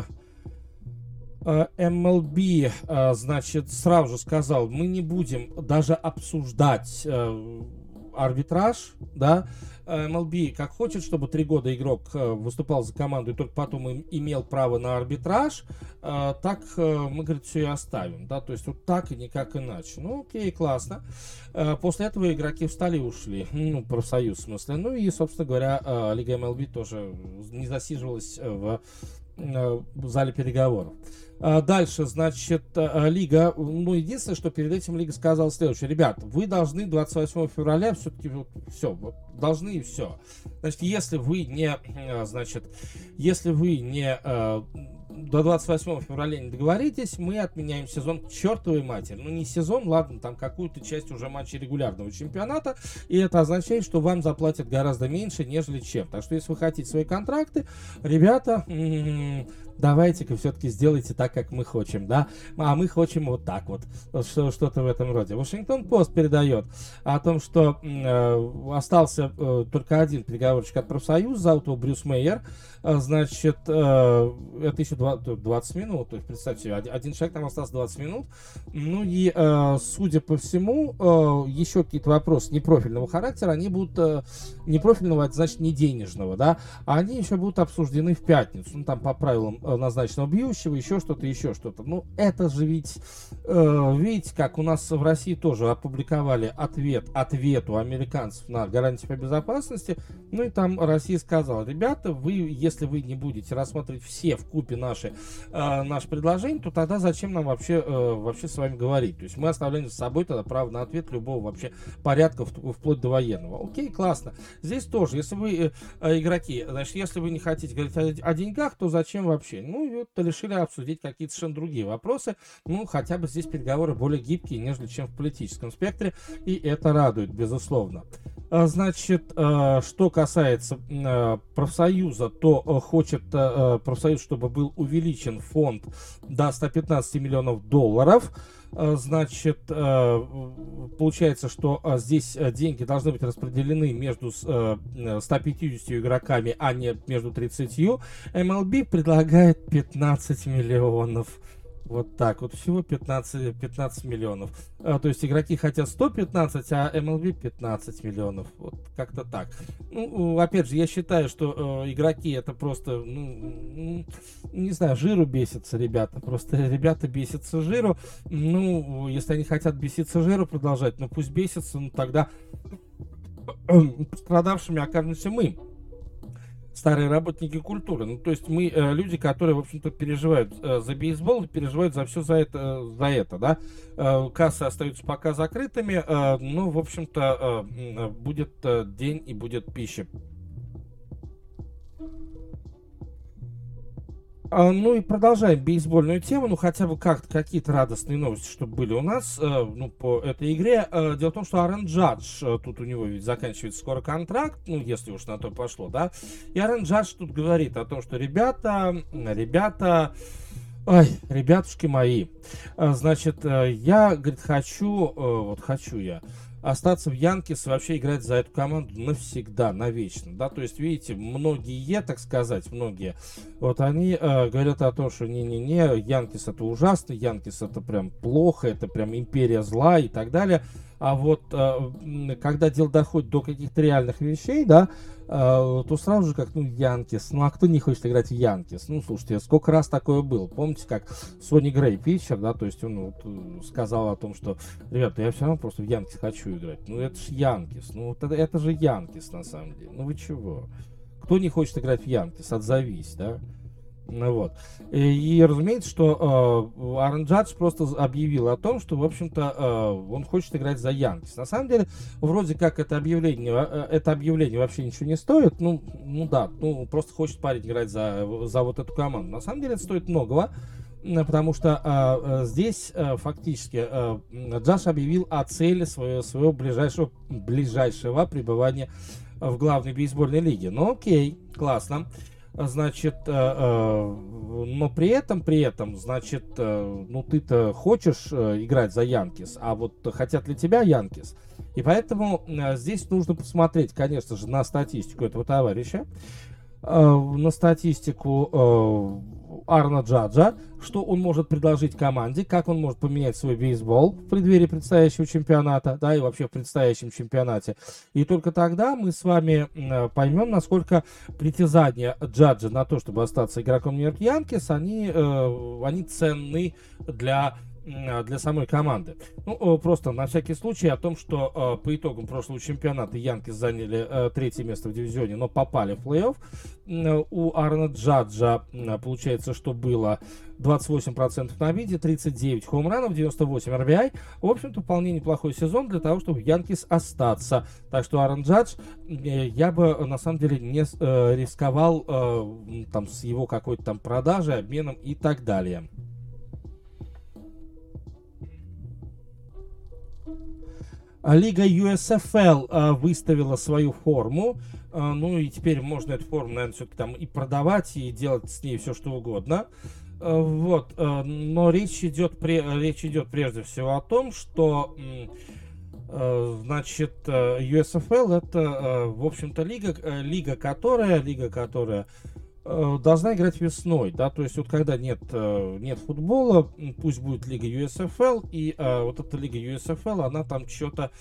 эм эл би, значит, сразу же сказал, мы не будем даже обсуждать арбитраж, да. эм эл би как хочет, чтобы три года игрок выступал за команду и только потом им имел право на арбитраж, так мы, говорит, все и оставим, да, то есть вот так и никак иначе. Ну, окей, классно. После этого игроки встали и ушли, ну, профсоюз в смысле. Ну и, собственно говоря, лига эм эл би тоже не засиживалась в в зале переговоров. Дальше, значит, лига, ну, единственное, что перед этим лига сказала следующее: ребят, вы должны двадцать восьмого февраля все-таки вот, все, вот, должны и все. Значит, если вы не, значит, если вы не до двадцать восьмого февраля не договоритесь, мы отменяем сезон к чертовой матери. Ну, не сезон, ладно, там какую-то часть уже матчей регулярного чемпионата, и это означает, что вам заплатят гораздо меньше, нежели чем. Так что, если вы хотите свои контракты, ребята, м-м, давайте-ка все-таки сделайте так, как мы хотим, да, а мы хотим вот так вот, что-то в этом роде. Вашингтон-Пост передает о том, что э, остался э, только один переговорщик от профсоюза, зовут его Брюс Мейер. Значит, э, это еще двадцать минут, то есть, представьте себе, один человек, там остался двадцать минут. Ну и, э, судя по всему, э, еще какие-то вопросы непрофильного характера, они будут, э, непрофильного, это значит не денежного, да, а они еще будут обсуждены в пятницу, ну, там по правилам э, назначенного бьющего, еще что-то, еще что-то. Ну, это же ведь, э, видите, как у нас в России тоже опубликовали ответ ответу американцев на гарантии по безопасности, ну и там Россия сказала: ребята, вы, если вы не будете рассматривать все вкупе наши, э, наши предложения, то тогда зачем нам вообще, э, вообще с вами говорить? То есть мы оставляем за собой тогда право на ответ любого вообще порядка, вплоть до военного. Окей, классно. Здесь тоже, если вы э, игроки, значит, если вы не хотите говорить о, о деньгах, то зачем вообще? Ну, и вот решили обсудить какие-то совершенно другие вопросы. Ну, хотя бы здесь переговоры более гибкие, нежели чем в политическом спектре, и это радует, безусловно. Значит, что касается профсоюза, то хочет профсоюз, чтобы был увеличен фонд до ста пятнадцати миллионов долларов. Значит, получается, что здесь деньги должны быть распределены между ста пятьюдесятью игроками, а не между тридцатью. эм эл би предлагает пятнадцать миллионов. Вот так вот, всего пятнадцать, пятнадцать миллионов. А, то есть игроки хотят сто пятнадцать, а эм эл би пятнадцать миллионов. Вот как-то так. Ну, опять же, я считаю, что э, игроки это просто, ну, не знаю, жиру бесятся ребята. Просто ребята бесятся жиру. Ну, если они хотят беситься жиру продолжать, ну пусть бесятся, ну тогда пострадавшими окажемся мы, старые работники культуры. Ну, то есть мы э, люди, которые, в общем-то, переживают э, за бейсбол, переживают за все за это, за это, да. Э, кассы остаются пока закрытыми, э, но, в общем-то, э, будет э, день и будет пища. А, ну и продолжаем бейсбольную тему, ну хотя бы как-то какие-то радостные новости, чтобы были у нас, э, ну, по этой игре. Э, дело в том, что Аарон Джадж, э, тут у него ведь заканчивается скоро контракт, ну если уж на то пошло, да, и Аарон Джадж тут говорит о том, что ребята, ребята, ой, ребятушки мои, э, значит, э, я, говорит, хочу, э, вот хочу я остаться в Янкис и вообще играть за эту команду навсегда, навечно, да, то есть, видите, многие, так сказать, многие, вот они э, говорят о том, что не-не-не, Янкис это ужасно, Янкис это прям плохо, это прям империя зла и так далее, а вот э, когда дело доходит до каких-то реальных вещей, да, э, то сразу же как, ну, Янкис, ну, а кто не хочет играть в Янкис? Ну, слушайте, сколько раз такое было, помните, как Сони Грей, питчер, да, то есть он вот сказал о том, что, ребята, я все равно просто в Янкис хочу играть, ну, это же Янкис, ну, это, это же Янкис, на самом деле, ну, вы чего? Кто не хочет играть в Янкис? Отзовись, да? Ну вот. И, и разумеется, что э, Аарон Джадж просто объявил о том, что, в общем-то, э, он хочет играть за Янкис. На самом деле, вроде как это объявление, э, это объявление вообще ничего не стоит. Ну, ну да, ну просто хочет парень играть за, за вот эту команду. На самом деле это стоит многого. м, потому что а, а, здесь а, фактически а, м, Джаш объявил о цели своего, своего ближайшего, ближайшего пребывания в главной бейсбольной лиге. Ну окей, классно. Значит, э, э, но при этом, при этом, значит, э, ну ты-то хочешь э, играть за Янкис, а вот хотят ли тебя Янкис? И поэтому э, здесь нужно посмотреть, конечно же, на статистику этого товарища, э, на статистику э, Аарона Джаджа, что он может предложить команде, как он может поменять свой бейсбол в преддверии предстоящего чемпионата, да, и вообще в предстоящем чемпионате. И только тогда мы с вами э, поймем, насколько притязания Джаджа на то, чтобы остаться игроком Нью-Йорк Янкис, они, э, они ценны для для самой команды. Ну, просто на всякий случай о том, что э, по итогам прошлого чемпионата Янкис заняли э, третье место в дивизионе, но попали в плей-офф. Э, у Аарона Джаджа э, получается, что было двадцать восемь процентов на виде, тридцать девять хоумранов, девяносто восемь эр би ай. В общем-то, вполне неплохой сезон для того, чтобы в Янкис остаться. Так что Аарон Джадж, э, я бы на самом деле не э, рисковал э, там, с его какой-то там продажей, обменом и так далее. Лига ю эс эф эл э, выставила свою форму, э, ну и теперь можно эту форму, наверное, все-таки там и продавать, и делать с ней все, что угодно. Э, вот, э, но речь идет, пре, речь идет прежде всего о том, что, э, значит, ю эс эф эл это, э, в общем-то, лига, э, лига, которая, лига, которая должна играть весной, да, то есть вот когда нет, нет футбола, пусть будет лига ю эс эф эл, и а, вот эта лига ю эс эф эл, она там что-то,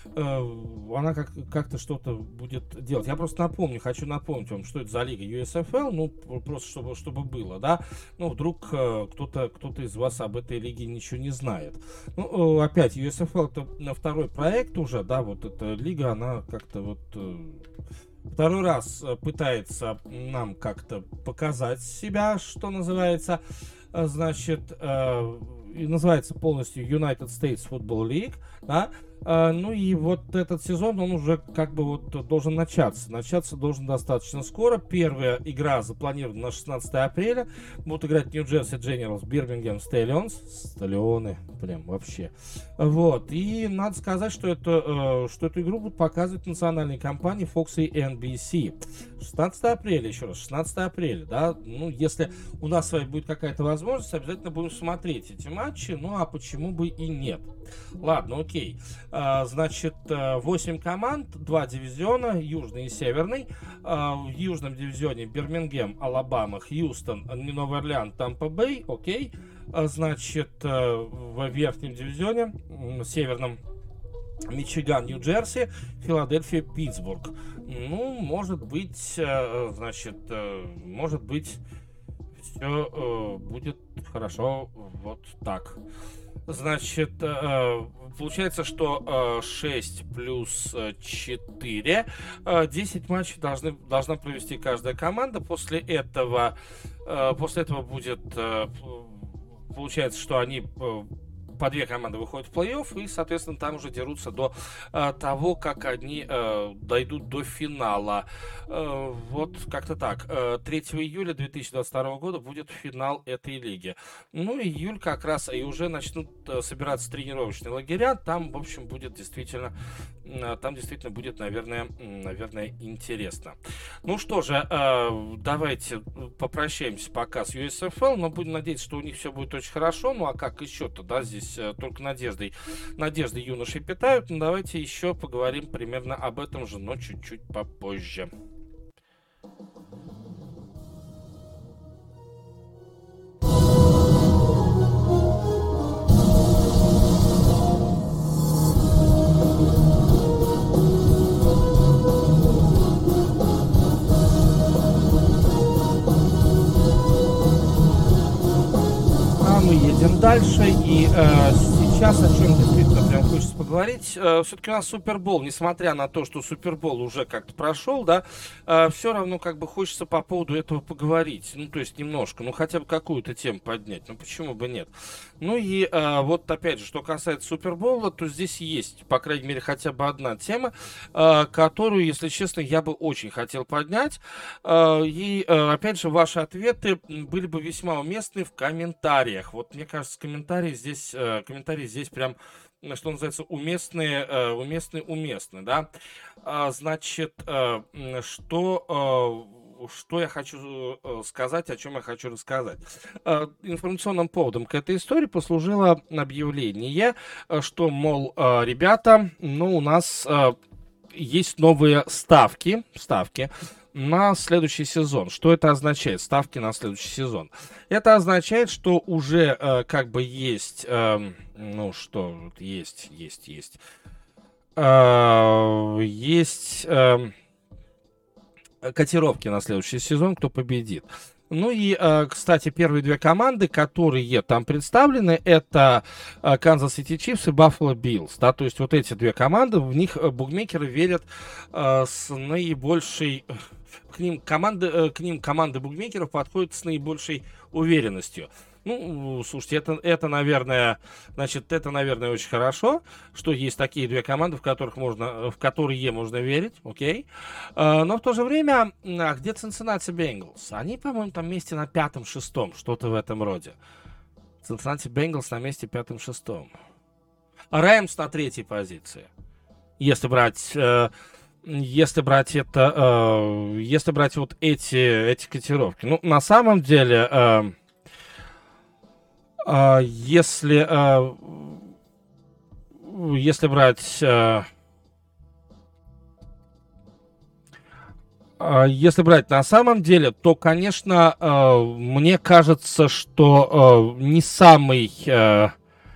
она как, как-то что-то будет делать. Я просто напомню, хочу напомнить вам, что это за лига ю эс эф эл, ну, просто чтобы, чтобы было, да, ну, вдруг кто-то, кто-то из вас об этой лиге ничего не знает. Ну, опять, ю эс эф эл это второй проект уже, да, вот эта лига, она как-то вот... Второй раз пытается нам как-то показать себя, что называется. Значит, э, называется полностью United States Football League, да. Uh, ну и вот этот сезон, он уже как бы вот должен начаться. Начаться должен достаточно скоро. Первая игра запланирована на шестнадцатое апреля. Будут играть Нью-Джерси Generals, Бирмингем Сталлионс. Сталлионы, прям вообще. Вот. И надо сказать, что, это, uh, что эту игру будут показывать национальные компании Fox и эн би си. шестнадцатое апреля, еще раз, шестнадцатое апреля, да. Ну, если у нас с вами будет какая-то возможность, обязательно будем смотреть эти матчи. Ну, а почему бы и нет? Ладно, окей. Значит, восемь команд, два дивизиона, южный и северный. В южном дивизионе Бирмингем, Алабама, Хьюстон, Новый Орлеан, Тампа Бэй, окей. Значит, в верхнем дивизионе, северном, Мичиган, Нью-Джерси, Филадельфия, Питтсбург. Ну, может быть, значит, может быть, все будет хорошо вот так. Значит, получается, что шесть плюс четыре, десять матчей должны, должна провести каждая команда. После этого, после этого будет, получается, что они... по две команды выходят в плей-офф, и, соответственно, там уже дерутся до э, того, как они э, дойдут до финала. Э, вот как-то так. Э, третьего июля две тысячи двадцать второго года будет финал этой лиги. Ну, июль как раз, и уже начнут э, собираться тренировочные лагеря. Там, в общем, будет действительно, э, там действительно будет, наверное, наверное, интересно. Ну что же, э, давайте попрощаемся пока с ю эс эф эл, но будем надеяться, что у них все будет очень хорошо. Ну, а как еще-то, да, здесь только надеждой, надеждой юношей питают. Но давайте еще поговорим примерно об этом же, но чуть-чуть попозже. А мы едем дальше, и э, сейчас сейчас о чем действительно прям хочется поговорить. Э, все-таки у нас Супербол, несмотря на то, что Супербол уже как-то прошел, да, э, все равно как бы хочется по поводу этого поговорить. Ну, то есть немножко, ну, хотя бы какую-то тему поднять. Ну, почему бы нет? Ну и э, вот опять же, что касается Супербола, то здесь есть, по крайней мере, хотя бы одна тема, э, которую, если честно, я бы очень хотел поднять. Э, и, э, опять же, ваши ответы были бы весьма уместны в комментариях. Вот, мне кажется, комментарии здесь, э, комментарии здесь прям, э, что называется, уместные, э, уместные, уместны, да. А, значит, э, м, что... э, что я хочу э, сказать, о чем я хочу рассказать. Э, Информационным поводом к этой истории послужило объявление, э, что, мол, э, ребята, ну, у нас э, есть новые ставки, ставки на следующий сезон. Что это означает? Ставки на следующий сезон. Это означает, что уже э, как бы есть, э, ну, что вот есть, есть, есть, э, есть... э, котировки на следующий сезон, кто победит. Ну и, э, кстати, первые две команды, которые там представлены, это Канзас Сити Чифс и Баффало Биллс. Да, то есть вот эти две команды, в них э, букмекеры верят э, с наибольшей... К ним, команды, э, к ним команды букмекеров подходят с наибольшей уверенностью. Ну, слушайте, это, это, наверное, значит, это, наверное, очень хорошо, что есть такие две команды, в которых можно, в которые можно верить, окей. А, но в то же время, а где Cincinnati Bengals? Они, по-моему, там месте на пятом-шестом, что-то в этом роде. Cincinnati Bengals на месте пятом-шестом. Рэмс на третьей позиции. Если брать... Э, Если брать это, э, если брать вот эти, эти котировки. Ну, на самом деле... Э, А, если, а, если брать, а, а, если брать на самом деле, то, конечно, а, мне кажется, что а, не самый, а,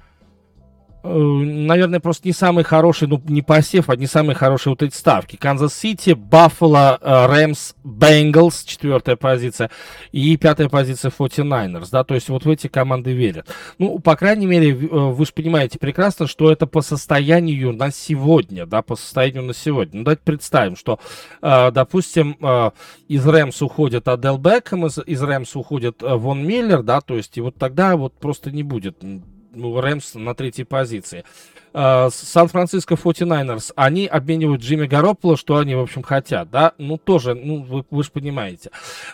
наверное, просто не самый хороший, ну, не посев, а не самые хорошие вот эти ставки. Канзас Сити, Баффало, Рэмс, Бенгалс, четвертая позиция, и пятая позиция форти-найнерс, да, то есть вот в эти команды верят. Ну, по крайней мере, вы же понимаете прекрасно, что это по состоянию на сегодня, да, по состоянию на сегодня. Ну, давайте представим, что, допустим, из Рэмс уходит Адел Бекхэм, из, из Рэмс уходит Вон Миллер, да, то есть и вот тогда вот просто не будет... Ну, Рэмс на третьей позиции. Сан-Франциско форти-найнерс, они обменивают Джимми Гарополо, что они, в общем, хотят, да? Ну, тоже, ну, вы, вы же понимаете.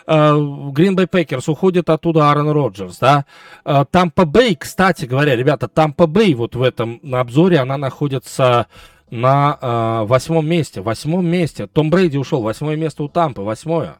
Грин Бэй Пекерс, уходит оттуда Аарон Роджерс, да? Тампа Бэй, кстати говоря, ребята, Тампа Бэй вот в этом на обзоре, она находится на восьмом месте, восьмом месте. Том Брейди ушел, восьмое место у Тампы, восьмое.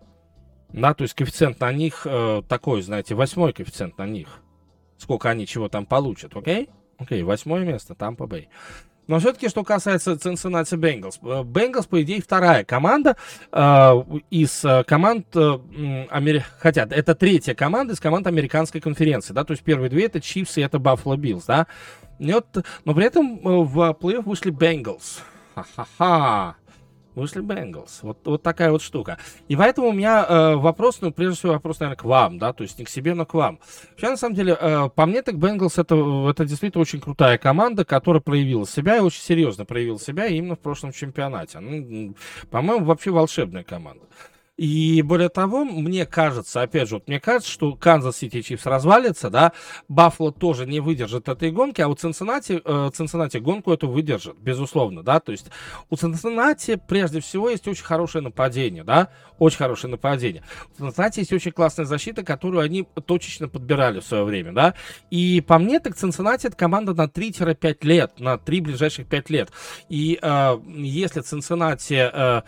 Да, то есть коэффициент на них такой, знаете, восьмой коэффициент на них. Сколько они чего там получат, окей? Окей, восьмое место, Тампа Бэй. Но все-таки, что касается Cincinnati Bengals. Bengals, по идее, вторая команда э, из команд, э, амери... хотя это третья команда из команд американской конференции, да, то есть первые две это Chiefs и это Buffalo Bills, да. И вот, но при этом в плей-офф вышли Bengals. Ха-ха-ха. Вышли Бенгалс. Вот, вот такая вот штука. И поэтому у меня э, вопрос, ну, прежде всего, вопрос, наверное, к вам, да, то есть не к себе, но к вам. Вообще, на самом деле, э, по мне, так Бенгалс это, это действительно очень крутая команда, которая проявила себя и очень серьезно проявила себя именно в прошлом чемпионате. Ну, по-моему, вообще волшебная команда. И более того, мне кажется, опять же, вот мне кажется, что Канзас Сити Чифс развалится, да, Баффало тоже не выдержит этой гонки, а у Цинциннати, э, Цинциннати гонку эту выдержит, безусловно, да, то есть у Цинциннати прежде всего есть очень хорошее нападение, да, очень хорошее нападение. У Цинциннати есть очень классная защита, которую они точечно подбирали в свое время, да, и по мне, так Цинциннати это команда на три-пять лет, на три ближайших пять лет, и э, если Цинциннати... Э,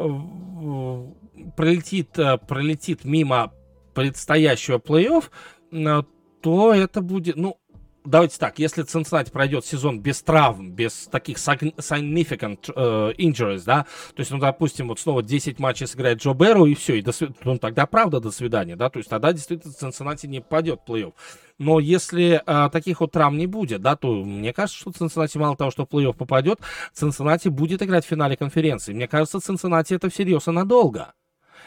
э, пролетит, пролетит мимо предстоящего плей-офф, то это будет, ну, давайте так, если Cincinnati пройдет сезон без травм, без таких significant uh, injuries, да, то есть, ну, допустим, вот снова десять матчей сыграет Джо Берроу, и все, и до свид... ну, тогда правда до свидания, да, то есть тогда действительно Cincinnati не попадет в плей-офф. Но если uh, таких вот травм не будет, да, то мне кажется, что Cincinnati мало того, что в плей-офф попадет, Cincinnati будет играть в финале конференции. Мне кажется, Cincinnati это всерьез и надолго.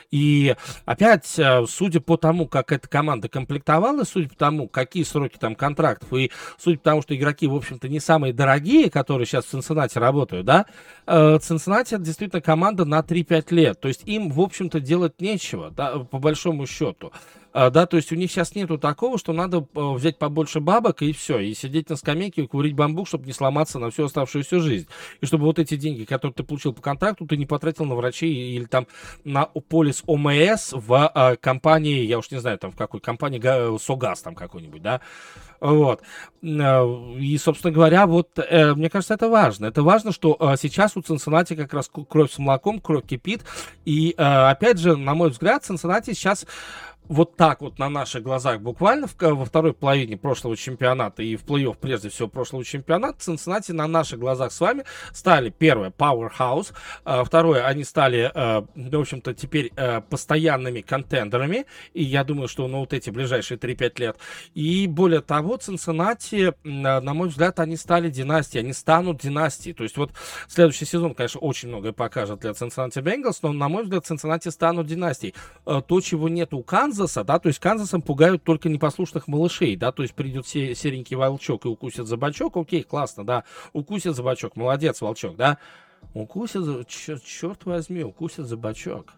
И опять, э, судя по тому, как эта команда комплектовалась, судя по тому, какие сроки там контрактов, и судя по тому, что игроки, в общем-то, не самые дорогие, которые сейчас в Цинциннати работают, да, э, Цинциннати это действительно команда на три-пять лет. То есть им, в общем-то, делать нечего, да, по большому счету. А, да, то есть у них сейчас нету такого, что надо э, взять побольше бабок и все, и сидеть на скамейке и курить бамбук, чтобы не сломаться на всю оставшуюся жизнь. И чтобы вот эти деньги, которые ты получил по контракту, ты не потратил на врачей или там на полис ОМС в э, компании, я уж не знаю, там в какой компании, га- Согаз там какой-нибудь, да. Вот. Э, И, собственно говоря, вот э, мне кажется, это важно. Это важно, что э, сейчас у Цинциннати как раз ку- кровь с молоком, кровь кипит. И, э, опять же, на мой взгляд, Цинциннати сейчас вот так вот на наших глазах буквально в, во второй половине прошлого чемпионата и в плей-офф, прежде всего, прошлого чемпионата, Цинциннати на наших глазах с вами стали, первое, powerhouse, а, второе, они стали, а, в общем-то, теперь а, постоянными контендерами, и я думаю, что ну, вот эти ближайшие три-пять лет, и более того, Цинциннати, на мой взгляд, они стали династией, они станут династией, то есть вот следующий сезон, конечно, очень многое покажет для Цинциннати Бенгалс, но, на мой взгляд, Цинциннати станут династией. А, то, чего нет у Канзаса, да, то есть Канзасом пугают только непослушных малышей, да, то есть придет се- серенький волчок и укусит за бочок, окей, классно, да, укусит за бочок, молодец, волчок, да, укусит за, черт, черт возьми, укусит за бочок,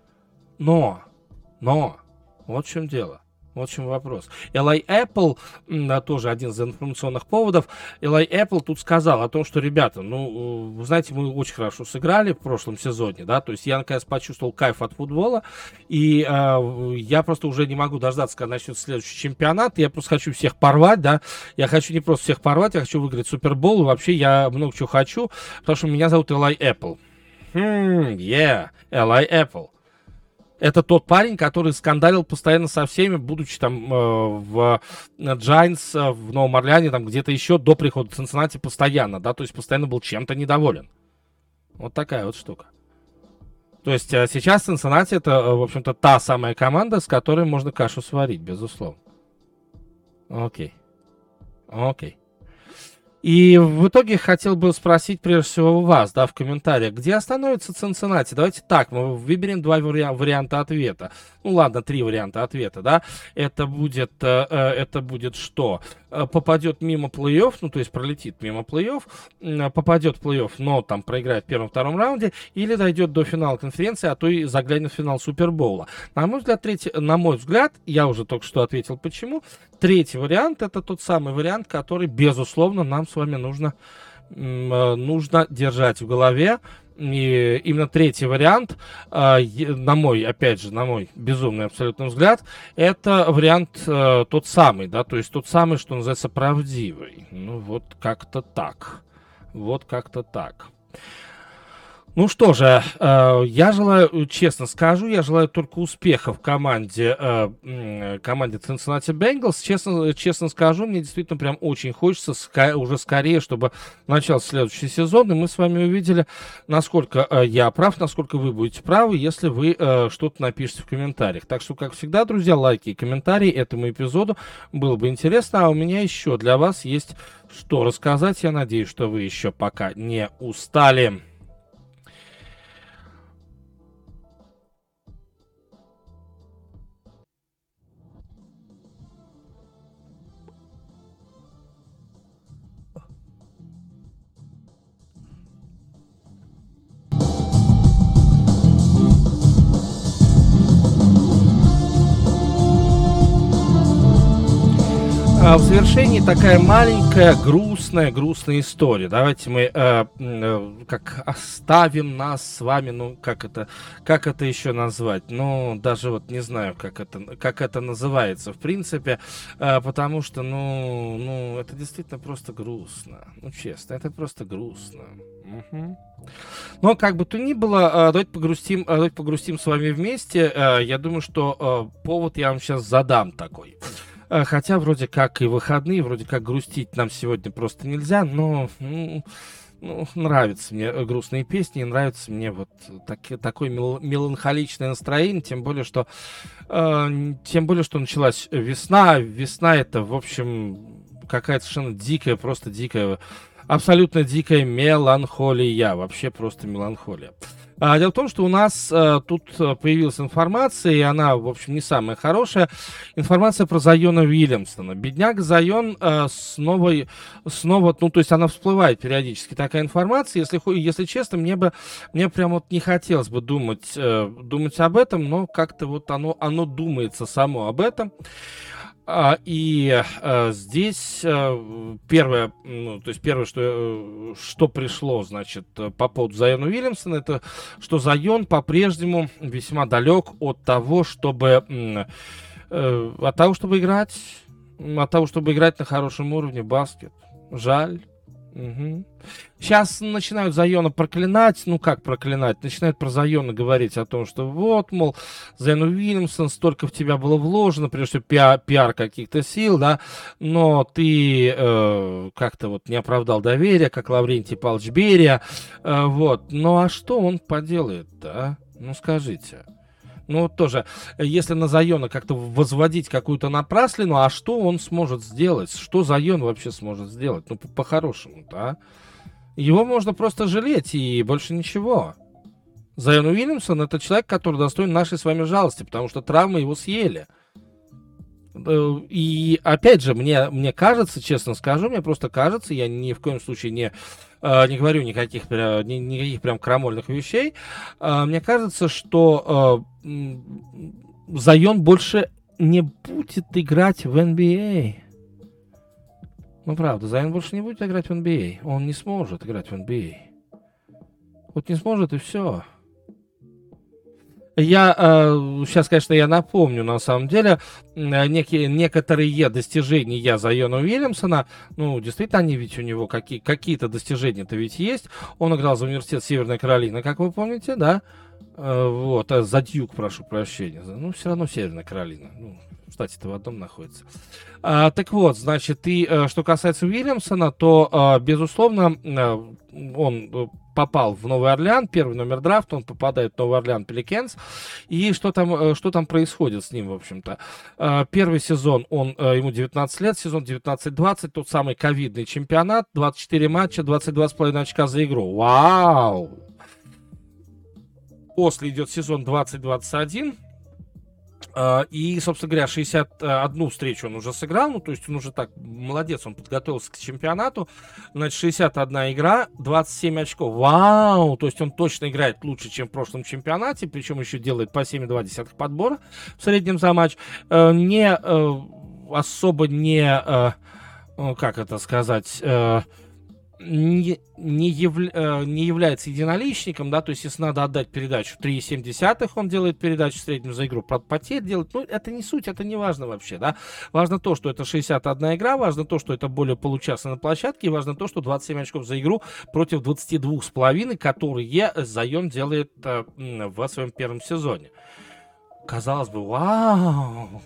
но, но, вот в чем дело. Вот в чем вопрос. эл эй Apple, м, тоже один из информационных поводов, эл эй Apple тут сказал о том, что, ребята, ну, вы знаете, мы очень хорошо сыграли в прошлом сезоне, да, то есть я, наконец, почувствовал кайф от футбола, и э, я просто уже не могу дождаться, когда начнется следующий чемпионат, я просто хочу всех порвать, да, я хочу не просто всех порвать, я хочу выиграть Супербол, и вообще я много чего хочу, потому что меня зовут эл эй Apple. Хм, yeah, эл эй Apple. Это тот парень, который скандалил постоянно со всеми, будучи там э, в Giants, э, в Новом Орлеане, там где-то еще до прихода в Цинциннати постоянно, да, то есть постоянно был чем-то недоволен. Вот такая вот штука. То есть э, сейчас Цинциннати это, э, в общем-то, та самая команда, с которой можно кашу сварить, безусловно. Окей. Окей. И в итоге хотел бы спросить прежде всего у вас, да, в комментариях, где остановится Цинциннати? Давайте так, мы выберем два вари- варианта ответа. Ну ладно, три варианта ответа, да. Это будет, э, э, это будет что? Э, Попадет мимо плей-офф, ну то есть пролетит мимо плей-офф, м, попадет в плей-офф, но там проиграет в первом-втором раунде, или дойдет до финала конференции, а то и заглянет в финал Супербола. На мой взгляд, третий, на мой взгляд, я уже только что ответил почему, третий вариант это тот самый вариант, который, безусловно, нам с вами нужно, м, э, нужно держать в голове. И именно третий вариант, э, е- на мой, опять же, на мой безумный абсолютно взгляд, это вариант э, тот самый, да, то есть тот самый, что называется, правдивый. Ну, вот как-то так. Вот как-то так. Ну что же, э, я желаю, честно скажу, я желаю только успехов команде, э, м, команде Cincinnati Bengals. Честно, честно скажу, мне действительно прям очень хочется ска- уже скорее, чтобы начался следующий сезон, и мы с вами увидели, насколько э, я прав, насколько вы будете правы, если вы э, что-то напишите в комментариях. Так что, как всегда, друзья, лайки и комментарии этому эпизоду было бы интересно, а у меня еще для вас есть что рассказать. Я надеюсь, что вы еще пока не устали. А в завершении такая маленькая грустная, грустная история. Давайте мы э, м, э, как оставим нас с вами, ну как это, как это еще назвать? Ну даже вот не знаю, как это, как это называется в принципе, э, потому что, ну, ну это действительно просто грустно. Ну честно, это просто грустно. Мгм. Но как бы то ни было, э, давайте погрустим, э, давайте погрустим с вами вместе. Э, Я думаю, что э, повод я вам сейчас задам такой. Э, Хотя вроде как и выходные, вроде как грустить нам сегодня просто нельзя, но ну, ну, нравятся мне э, грустные песни, и нравится мне вот таки- такое мел- меланхоличное настроение, тем более, что э, н- тем более, что началась весна. Весна это, в общем, какая-то совершенно дикая, просто дикая, абсолютно дикая меланхолия, вообще просто меланхолия. А, дело в том, что у нас а, тут а, появилась информация, и она, в общем, не самая хорошая. Информация про Зайона Уильямсона. Бедняга Зайон а, снова, и- снова, ну, то есть она всплывает периодически, такая информация. Если, ху- если честно, мне бы, мне прям вот не хотелось бы думать, э, думать об этом, но как-то вот оно, оно думается само об этом. А, и, э, здесь, э, первое, ну, то есть первое, что, э, что пришло, значит, э, по поводу Зайона Уильямсона, это что Зайон по-прежнему весьма далек от того, чтобы, м, э, от того, чтобы играть, м, от того, чтобы играть на хорошем уровне баскет. Жаль. Сейчас начинают Зайона проклинать, ну как проклинать, начинают про Зайона говорить о том, что вот, мол, Зайон Уильямсон, столько в тебя было вложено, прежде всего пиар, пиар каких-то сил, да, но ты э, как-то вот не оправдал доверия, как Лаврентий Павлович Берия, э, вот, ну а что он поделает-то, а? Ну скажите. Ну, вот тоже, э, если на Зайона как-то возводить какую-то напраслину, а что он сможет сделать? Что Зайон вообще сможет сделать? Ну, по- по-хорошему-то, а? Его можно просто жалеть и больше ничего. Зайон Уильямсон — это человек, который достоин нашей с вами жалости, потому что травмы его съели. Э, И опять же, мне, мне кажется, честно скажу, мне просто кажется, я ни в коем случае не, э, не говорю никаких, пря- ни- никаких прям крамольных вещей. А, мне кажется, что э, м, Зайон больше не будет играть в Н Би Эй. Ну правда, Зайон больше не будет играть в Н Би Эй. Он не сможет играть в Н Би Эй. Вот не сможет, и все. Я сейчас, конечно, я напомню, на самом деле, м, э, некие, некоторые достижения Зайона Уильямсона, ну, действительно, они ведь у него какие, какие-то достижения-то ведь есть. Он играл за университет Северной Каролины, как вы помните, да? Э, Вот, э, за Дьюк, прошу прощения. За- Ну, все равно Северная Каролина. Ну, в штате-то в одном находится. А, так вот, значит, и э, что касается Уильямсона, то, э, безусловно, э, он э, попал в Новый Орлеан, первый номер драфта, он попадает в Новый Орлеан Пеликенс. И что там, э, что там происходит с ним, в общем-то? Э, Первый сезон, он, э, ему девятнадцать лет, сезон девятнадцать двадцать, тот самый ковидный чемпионат, двадцать четыре матча, двадцать два с половиной очка за игру. Вау! После идет сезон двадцать двадцать один. А, И, собственно говоря, шестьдесят одну встречу он уже сыграл, ну, то есть он уже так, молодец, он подготовился к чемпионату. Значит, шестьдесят одна игра, двадцать семь очков. Вау! То есть он точно играет лучше, чем в прошлом чемпионате, причем еще делает по семь и два десятых подбора в среднем за матч. Э, Не э, особо не, э, э, как это сказать, э, не, не, явля- э, не является единоличником, да, то есть если надо отдать передачу три и семь десятых, он делает передачу в среднем за игру, правда, потерь делает, ну, это не суть, это не важно вообще, да, важно то, что это шестьдесят одна игра, важно то, что это более получаса на площадке, и важно то, что двадцать семь очков за игру против двадцати двух с половиной, которые Зайон делает э, м, в своем первом сезоне. Казалось бы, вау,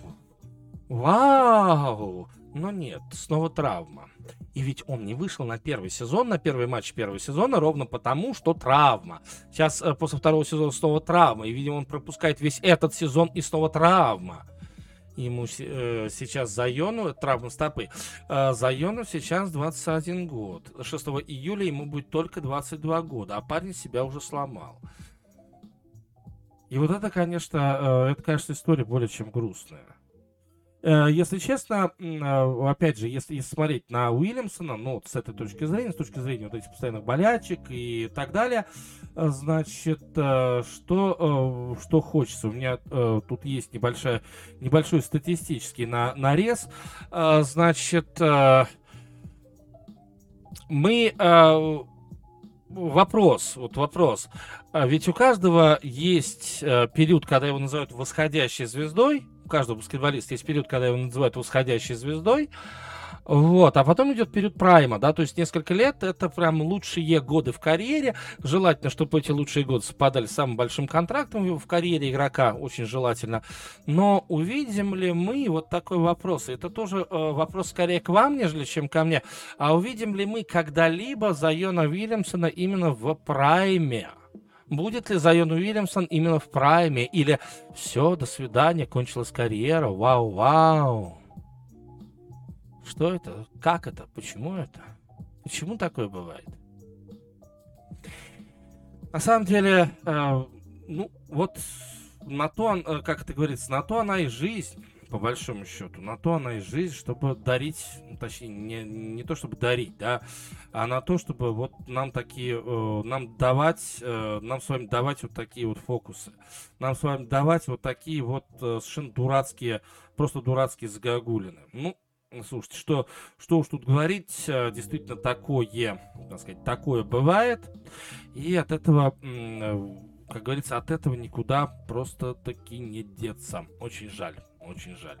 вау, но нет, снова травма. И ведь он не вышел на первый сезон, на первый матч первого сезона, ровно потому, что травма. Сейчас э, после второго сезона снова травма. И, видимо, он пропускает весь этот сезон и снова травма. Ему се- э, сейчас Зайону, травма стопы, э, Зайону сейчас двадцать один год. шестого июля ему будет только двадцать два года, а парень себя уже сломал. И вот это, конечно, э, это, конечно, история более чем грустная. Э, Если честно, м, а, опять же, если, если смотреть на Уильямсона, ну, вот с этой точки зрения, с точки зрения вот этих постоянных болячек и так далее, э, значит, э, что, э, что хочется. У меня э, тут есть небольшая, небольшой статистический на, нарез. Э, Значит, э, мы... э, Вопрос, вот вопрос. А ведь у каждого есть э, период, когда его называют восходящей звездой. У каждого баскетболиста есть период, когда его называют восходящей звездой. Вот, а потом идет период прайма, да, то есть несколько лет это прям лучшие годы в карьере. Желательно, чтобы эти лучшие годы совпадали с самым большим контрактом в карьере игрока, очень желательно. Но увидим ли мы, вот такой вопрос, это тоже э, вопрос скорее к вам, нежели чем ко мне, а увидим ли мы когда-либо Зайона Уильямсона именно в прайме? Будет ли Зайон Уильямсон именно в прайме? Или все, до свидания, кончилась карьера, вау-вау. Что это? Как это? Почему это? Почему такое бывает? На самом деле, э, ну, вот на то, он, э, как это говорится, на то она и жизнь, по большому счету, на то она и жизнь, чтобы дарить, ну, точнее, не, не то чтобы дарить, да, а на то, чтобы вот нам такие, э, нам давать, э, нам с вами давать вот такие вот фокусы, нам с вами давать вот такие вот э, совершенно дурацкие, просто дурацкие загогулины. Ну, слушайте, что, что уж тут говорить, э, действительно такое, так сказать, такое бывает. И от этого, м, э, как говорится, от этого никуда просто-таки не деться. Очень жаль, очень жаль.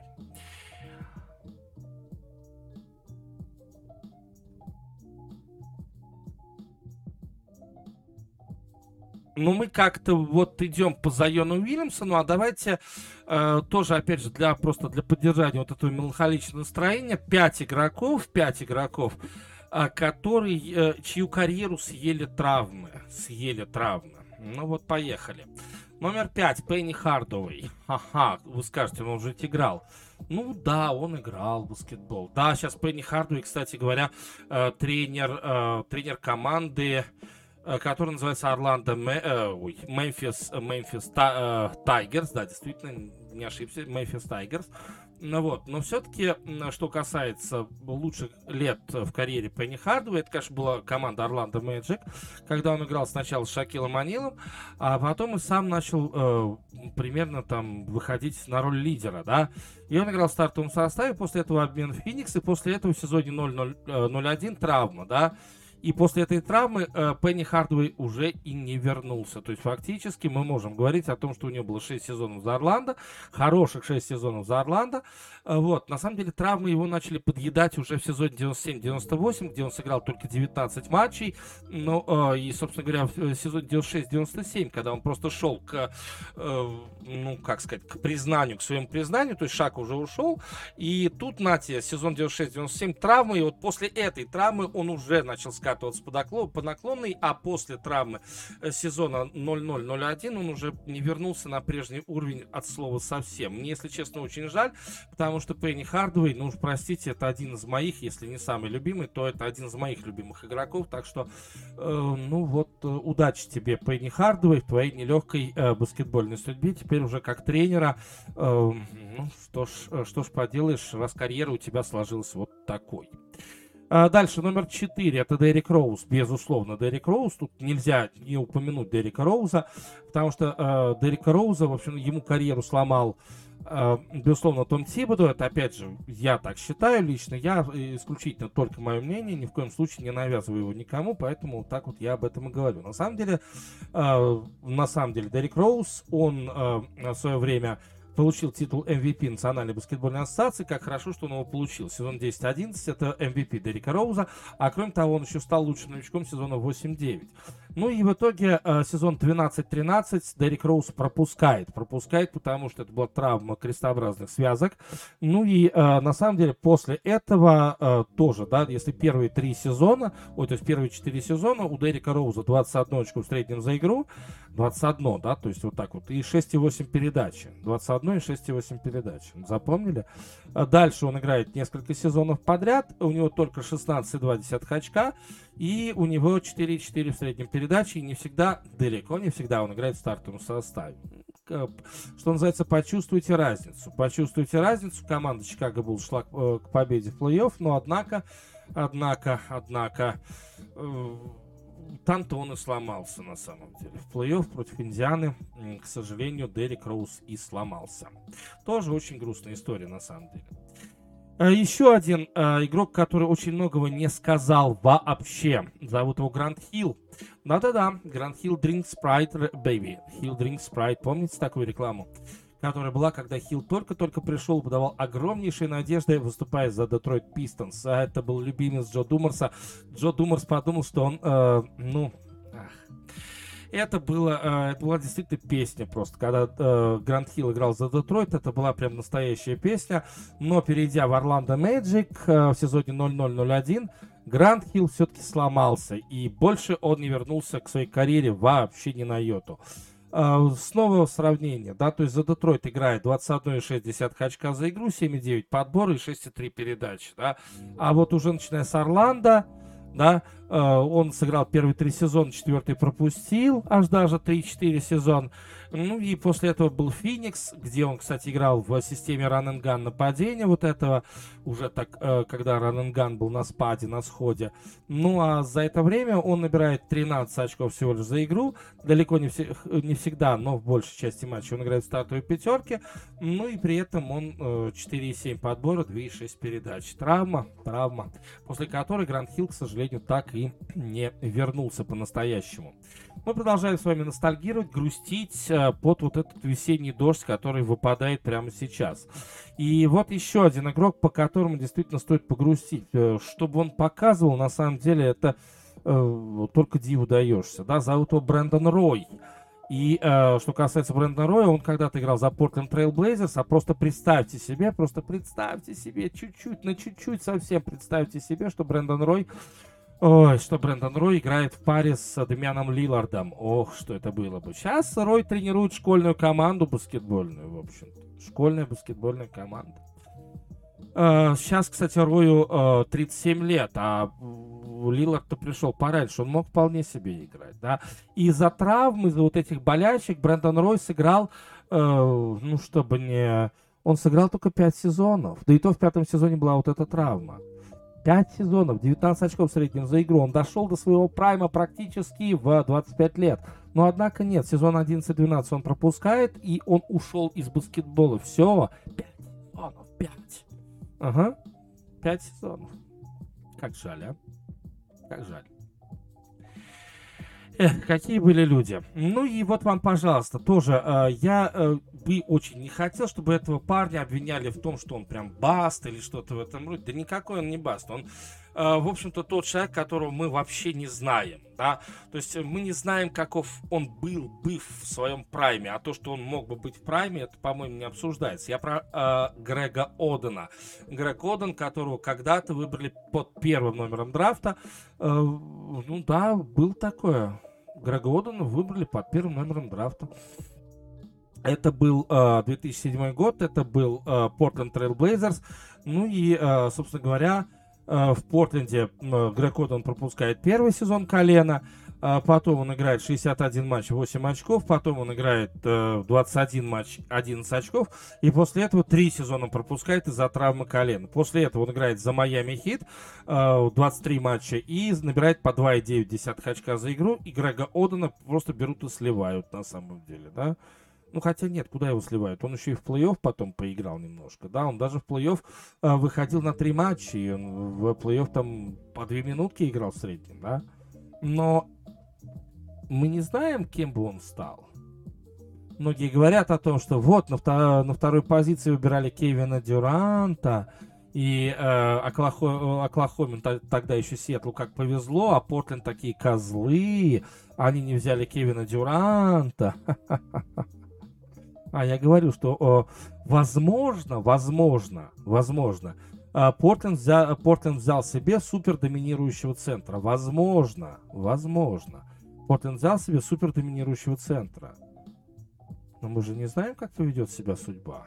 Ну, мы как-то вот идем по Зайону Уильямсону, а давайте э, тоже, опять же, для просто для поддержания вот этого меланхоличного настроения, пять игроков, пять игроков, а, которые, э, чью карьеру съели травмы, съели травмы. Ну вот, поехали. Номер пять, Пенни Хардовей. Ха-ха, вы скажете, он уже ведь играл. Ну да, он играл в баскетбол. Да, сейчас Пенни Хардовей, кстати говоря, э, тренер, э, тренер команды, э, которая называется Орландо Мэ- э, ой, Мемфис, Мемфис Та- э, Тайгерс. Да, действительно, не ошибся, Мемфис Тайгерс. Ну вот, но все-таки, что касается лучших лет в карьере Пенни Хардовой, это, конечно, была команда Орландо Мэджик, когда он играл сначала с Шакилом Анилом, а потом и сам начал э, примерно там выходить на роль лидера, да. И он играл в стартовом составе, после этого обмен в Феникс, и после этого в сезоне ноль ноль ноль один травма, да. И после этой травмы э, Пенни Хардовей уже и не вернулся. То есть фактически мы можем говорить о том, что у него было шесть сезонов за Орландо, хороших шесть сезонов за Орландо. Э, вот. На самом деле травмы его начали подъедать уже в сезоне девяносто семь девяносто восемь, где он сыграл только девятнадцать матчей. Ну, э, и, собственно говоря, в сезоне девяносто шесть девяносто семь, когда он просто шел к, э, ну, как сказать, к признанию, к своему признанию, то есть шаг уже ушел. И тут, нате, сезон девяносто шесть девяносто семь травмы, и вот после этой травмы он уже начал скатываться по, наклон, по наклонной, а после травмы сезона ноль ноль ноль один он уже не вернулся на прежний уровень от слова совсем. Мне, если честно, очень жаль, потому что Пенни Хардовей, ну уж простите, это один из моих, если не самый любимый, то это один из моих любимых игроков, так что, э, ну вот, э, удачи тебе, Пенни Хардовей, в твоей нелегкой э, баскетбольной судьбе, теперь уже как тренера, э, ну что ж, что ж поделаешь, раз карьера у тебя сложилась вот такой. А дальше номер четыре, это Деррик Роуз, безусловно, Деррик Роуз, тут нельзя не упомянуть Деррика Роуза, потому что э, Деррика Роуза, в общем, ему карьеру сломал, э, безусловно, Том Тибодо, это, опять же, я так считаю лично, я исключительно только мое мнение, ни в коем случае не навязываю его никому, поэтому вот так вот я об этом и говорю. На самом деле, э, на самом деле, Деррик Роуз, он э, в свое время получил титул эм ви пи Национальной баскетбольной ассоциации. Как хорошо, что он его получил. Сезон десять одиннадцать это эм ви пи Деррика Роуза, а кроме того, он еще стал лучшим новичком сезона восемь девять. Ну и в итоге э, сезон двенадцать тринадцать Деррик Роуз пропускает. Пропускает, потому что это была травма крестообразных связок. Ну и э, на самом деле после этого э, тоже, да, если первые три сезона, ой, то есть первые четыре сезона у Деррика Роуза двадцать одно очко в среднем за игру, двадцать одно, да, то есть вот так вот, и шесть и восемь передачи, двадцать одно и шесть и восемь передач, запомнили? А дальше он играет несколько сезонов подряд, у него только шестнадцать и два десятых очка, и у него четыре и четыре в среднем передачи, и не всегда, далеко не всегда он играет в стартовом составе. Что называется, почувствуйте разницу. Почувствуйте разницу. Команда Чикаго Буллс шла к, к победе в плей-офф, но однако, однако, однако, э, там-то он и сломался на самом деле. В плей-офф против Индианы, к сожалению, Деррик Роуз и сломался. Тоже очень грустная история на самом деле. Еще один э, игрок, который очень многого не сказал вообще. Зовут его Грант Хилл. Да-да-да, Грант Хилл Drink Sprite Baby. Хилл Drink Sprite. Помните такую рекламу? Которая была, когда Хилл только-только пришел, подавал огромнейшие надежды, выступая за Детройт Пистонс. А это был любимец Джо Думарса. Джо Думарс подумал, что он, э, ну... Ах. Это, было, э, это была действительно песня просто. Когда э, Грант Хилл играл за Детройт, это была прям настоящая песня. Но перейдя в Орландо Мэджик э, в сезоне ноль ноль ноль один, Грант Хилл все-таки сломался. И больше он не вернулся к своей карьере вообще ни на йоту. Э, снова сравнение, да, то есть за Детройт играет двадцать одно и шесть десятых очка за игру, семь и девять подбора и шесть и три передачи, да. А вот уже начиная с Орландо, да, э, он сыграл первые три сезона, четвертый пропустил, аж даже три-четыре сезона. Ну и после этого был Феникс, где он, кстати, играл в системе Run and Gun нападения вот этого, уже так, э, когда Run and Gun был на спаде, на сходе. Ну а за это время он набирает тринадцать очков всего лишь за игру, далеко не, все, не всегда, но в большей части матча он играет в стартовой пятерке, ну и при этом он э, четыре и семь подбора, два и шесть передач. Травма, травма, после которой Грант Хилл, к сожалению, так и не вернулся по-настоящему. Мы продолжаем с вами ностальгировать, грустить э, под вот этот весенний дождь, который выпадает прямо сейчас. И вот еще один игрок, по которому действительно стоит погрустить. Э, чтобы он показывал, на самом деле, это э, только диву даешься. Да? Зовут его Брэндон Рой. И э, что касается Брэндона Роя, он когда-то играл за Portland Trail Blazers, а просто представьте себе, просто представьте себе, чуть-чуть, на чуть-чуть совсем представьте себе, что Брэндон Рой... Ой, что Брэндон Рой играет в паре с Демианом Лиллардом. Ох, что это было бы. Сейчас Рой тренирует школьную команду баскетбольную, в общем-то. Школьная баскетбольная команда. Uh, сейчас, кстати, Рою uh, тридцать семь лет, а Лиллард-то пришел пораньше, он мог вполне себе играть, да. Из-за травм, из-за вот этих болячек Брэндон Рой сыграл, uh, ну, чтобы не... Он сыграл только пять сезонов, да и то в пятом сезоне была вот эта травма. пять сезонов, девятнадцать очков в среднем за игру. Он дошел до своего прайма практически в двадцать пять лет. Но, однако, нет. Сезон одиннадцать-двенадцать он пропускает, и он ушел из баскетбола. Все. пять сезонов. пять. Ага. пять сезонов. Как жаль, а? Как жаль. Эх, какие были люди. Ну и вот вам, пожалуйста, тоже э, я э, бы очень не хотел, чтобы этого парня обвиняли в том, что он прям баст или что-то в этом роде. Да никакой он не баст. Он, э, в общем-то, тот человек, которого мы вообще не знаем. Да? То есть мы не знаем, каков он был, быв в своем прайме. А то, что он мог бы быть в прайме, это, по-моему, не обсуждается. Я про э, Грега Одена. Грег Оден, которого когда-то выбрали под первым номером драфта. Э, ну да, был такое. Грега Одена выбрали под первым номером драфта. Это был э, две тысячи седьмой год, это был э, Portland Trail Blazers. Ну и, э, собственно говоря, э, в Портленде э, Грег Оден пропускает первый сезон колена. Э, потом он играет шестьдесят один матч, восемь очков. Потом он играет э, двадцать один матч, одиннадцать очков. И после этого три сезона пропускает из-за травмы колена. После этого он играет за Майами Хит э, двадцать три матча и набирает по два и девять десятых очка за игру. И Грега Одена просто берут и сливают на самом деле, да. Ну, хотя нет, куда его сливают? Он еще и в плей-офф потом поиграл немножко, да, он даже в плей-офф э, выходил на три матча, и он в плей-офф там по две минутки играл в среднем, да. Но мы не знаем, кем бы он стал. Многие говорят о том, что вот на, втор- на второй позиции выбирали Кевина Дюранта, и э, Оклахо- Оклахоме т- тогда еще Сиэтлу как повезло, а Портленд такие козлы, они не взяли Кевина Дюранта. А я говорю, что о, возможно, возможно, возможно, Портленд взял, Портленд взял себе супер доминирующего центра. Возможно, возможно. Портленд взял себе супер доминирующего центра. Но мы же не знаем, как поведет себя судьба.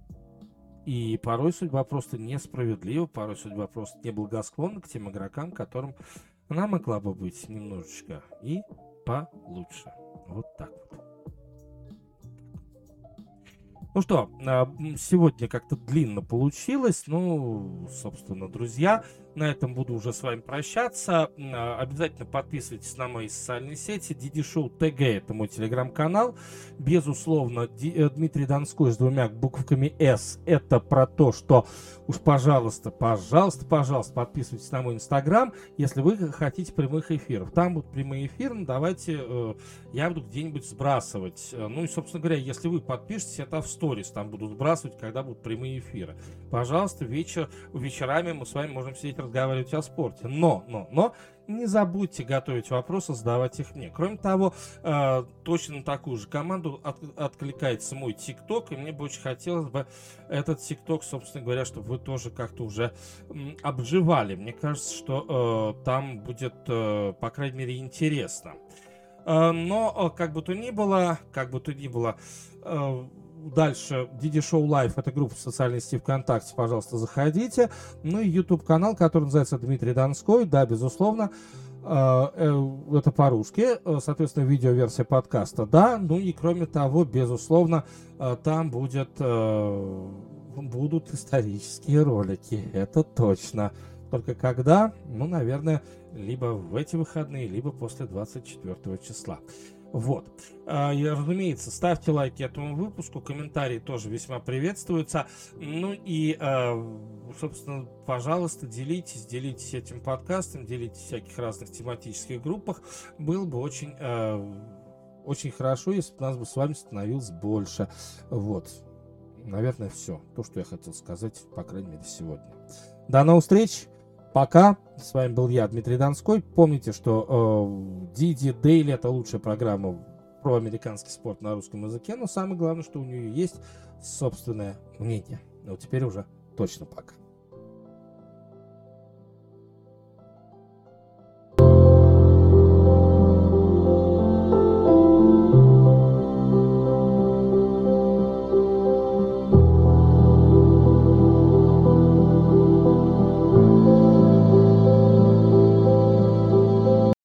И порой судьба просто несправедлива, порой судьба просто неблагосклонна к тем игрокам, которым она могла бы быть немножечко и получше. Вот так вот. Ну что, сегодня как-то длинно получилось. Ну, собственно, друзья, на этом буду уже с вами прощаться. Обязательно подписывайтесь на мои социальные сети. ди ди Show ти джи — это мой телеграм-канал. Безусловно, Дмитрий Донской с двумя буквами «С» — это про то, что уж, пожалуйста, пожалуйста, пожалуйста, подписывайтесь на мой инстаграм, если вы хотите прямых эфиров. Там будут прямые эфиры, давайте э, я буду где-нибудь сбрасывать. Ну и, собственно говоря, если вы подпишетесь, это в сторис там буду сбрасывать, когда будут прямые эфиры. Пожалуйста, вечер, вечерами мы с вами можем сидеть разговаривать о спорте. Но, но, но не забудьте готовить вопросы, задавать их мне. Кроме того, э, точно на такую же команду от, откликается мой ТикТок, и мне бы очень хотелось бы этот ТикТок, собственно говоря, чтобы вы тоже как-то уже м, обживали. Мне кажется, что э, там будет, э, по крайней мере, интересно. Э, но, э, как бы то ни было, как бы то ни было, э, дальше ди ди Show Live, это группа в социальной сети ВКонтакте, пожалуйста, заходите. Ну и YouTube-канал, который называется Дмитрий Донской, да, безусловно, это по-русски, соответственно, видеоверсия подкаста, да, ну и кроме того, безусловно, там будет, будут исторические ролики, это точно. Только когда? Ну, наверное, либо в эти выходные, либо после двадцать четвёртого числа. Вот. И, разумеется, ставьте лайки этому выпуску, комментарии тоже весьма приветствуются. Ну и, собственно, пожалуйста, делитесь, делитесь этим подкастом, делитесь в всяких разных тематических группах. Было бы очень, очень хорошо, если бы нас бы с вами становилось больше. Вот. Наверное, все. То, что я хотел сказать, по крайней мере, сегодня. До новых встреч! Пока. С вами был я, Дмитрий Донской. Помните, что ди ди Daily — это лучшая программа про американский спорт на русском языке, но самое главное, что у нее есть собственное мнение. Но теперь уже точно пока.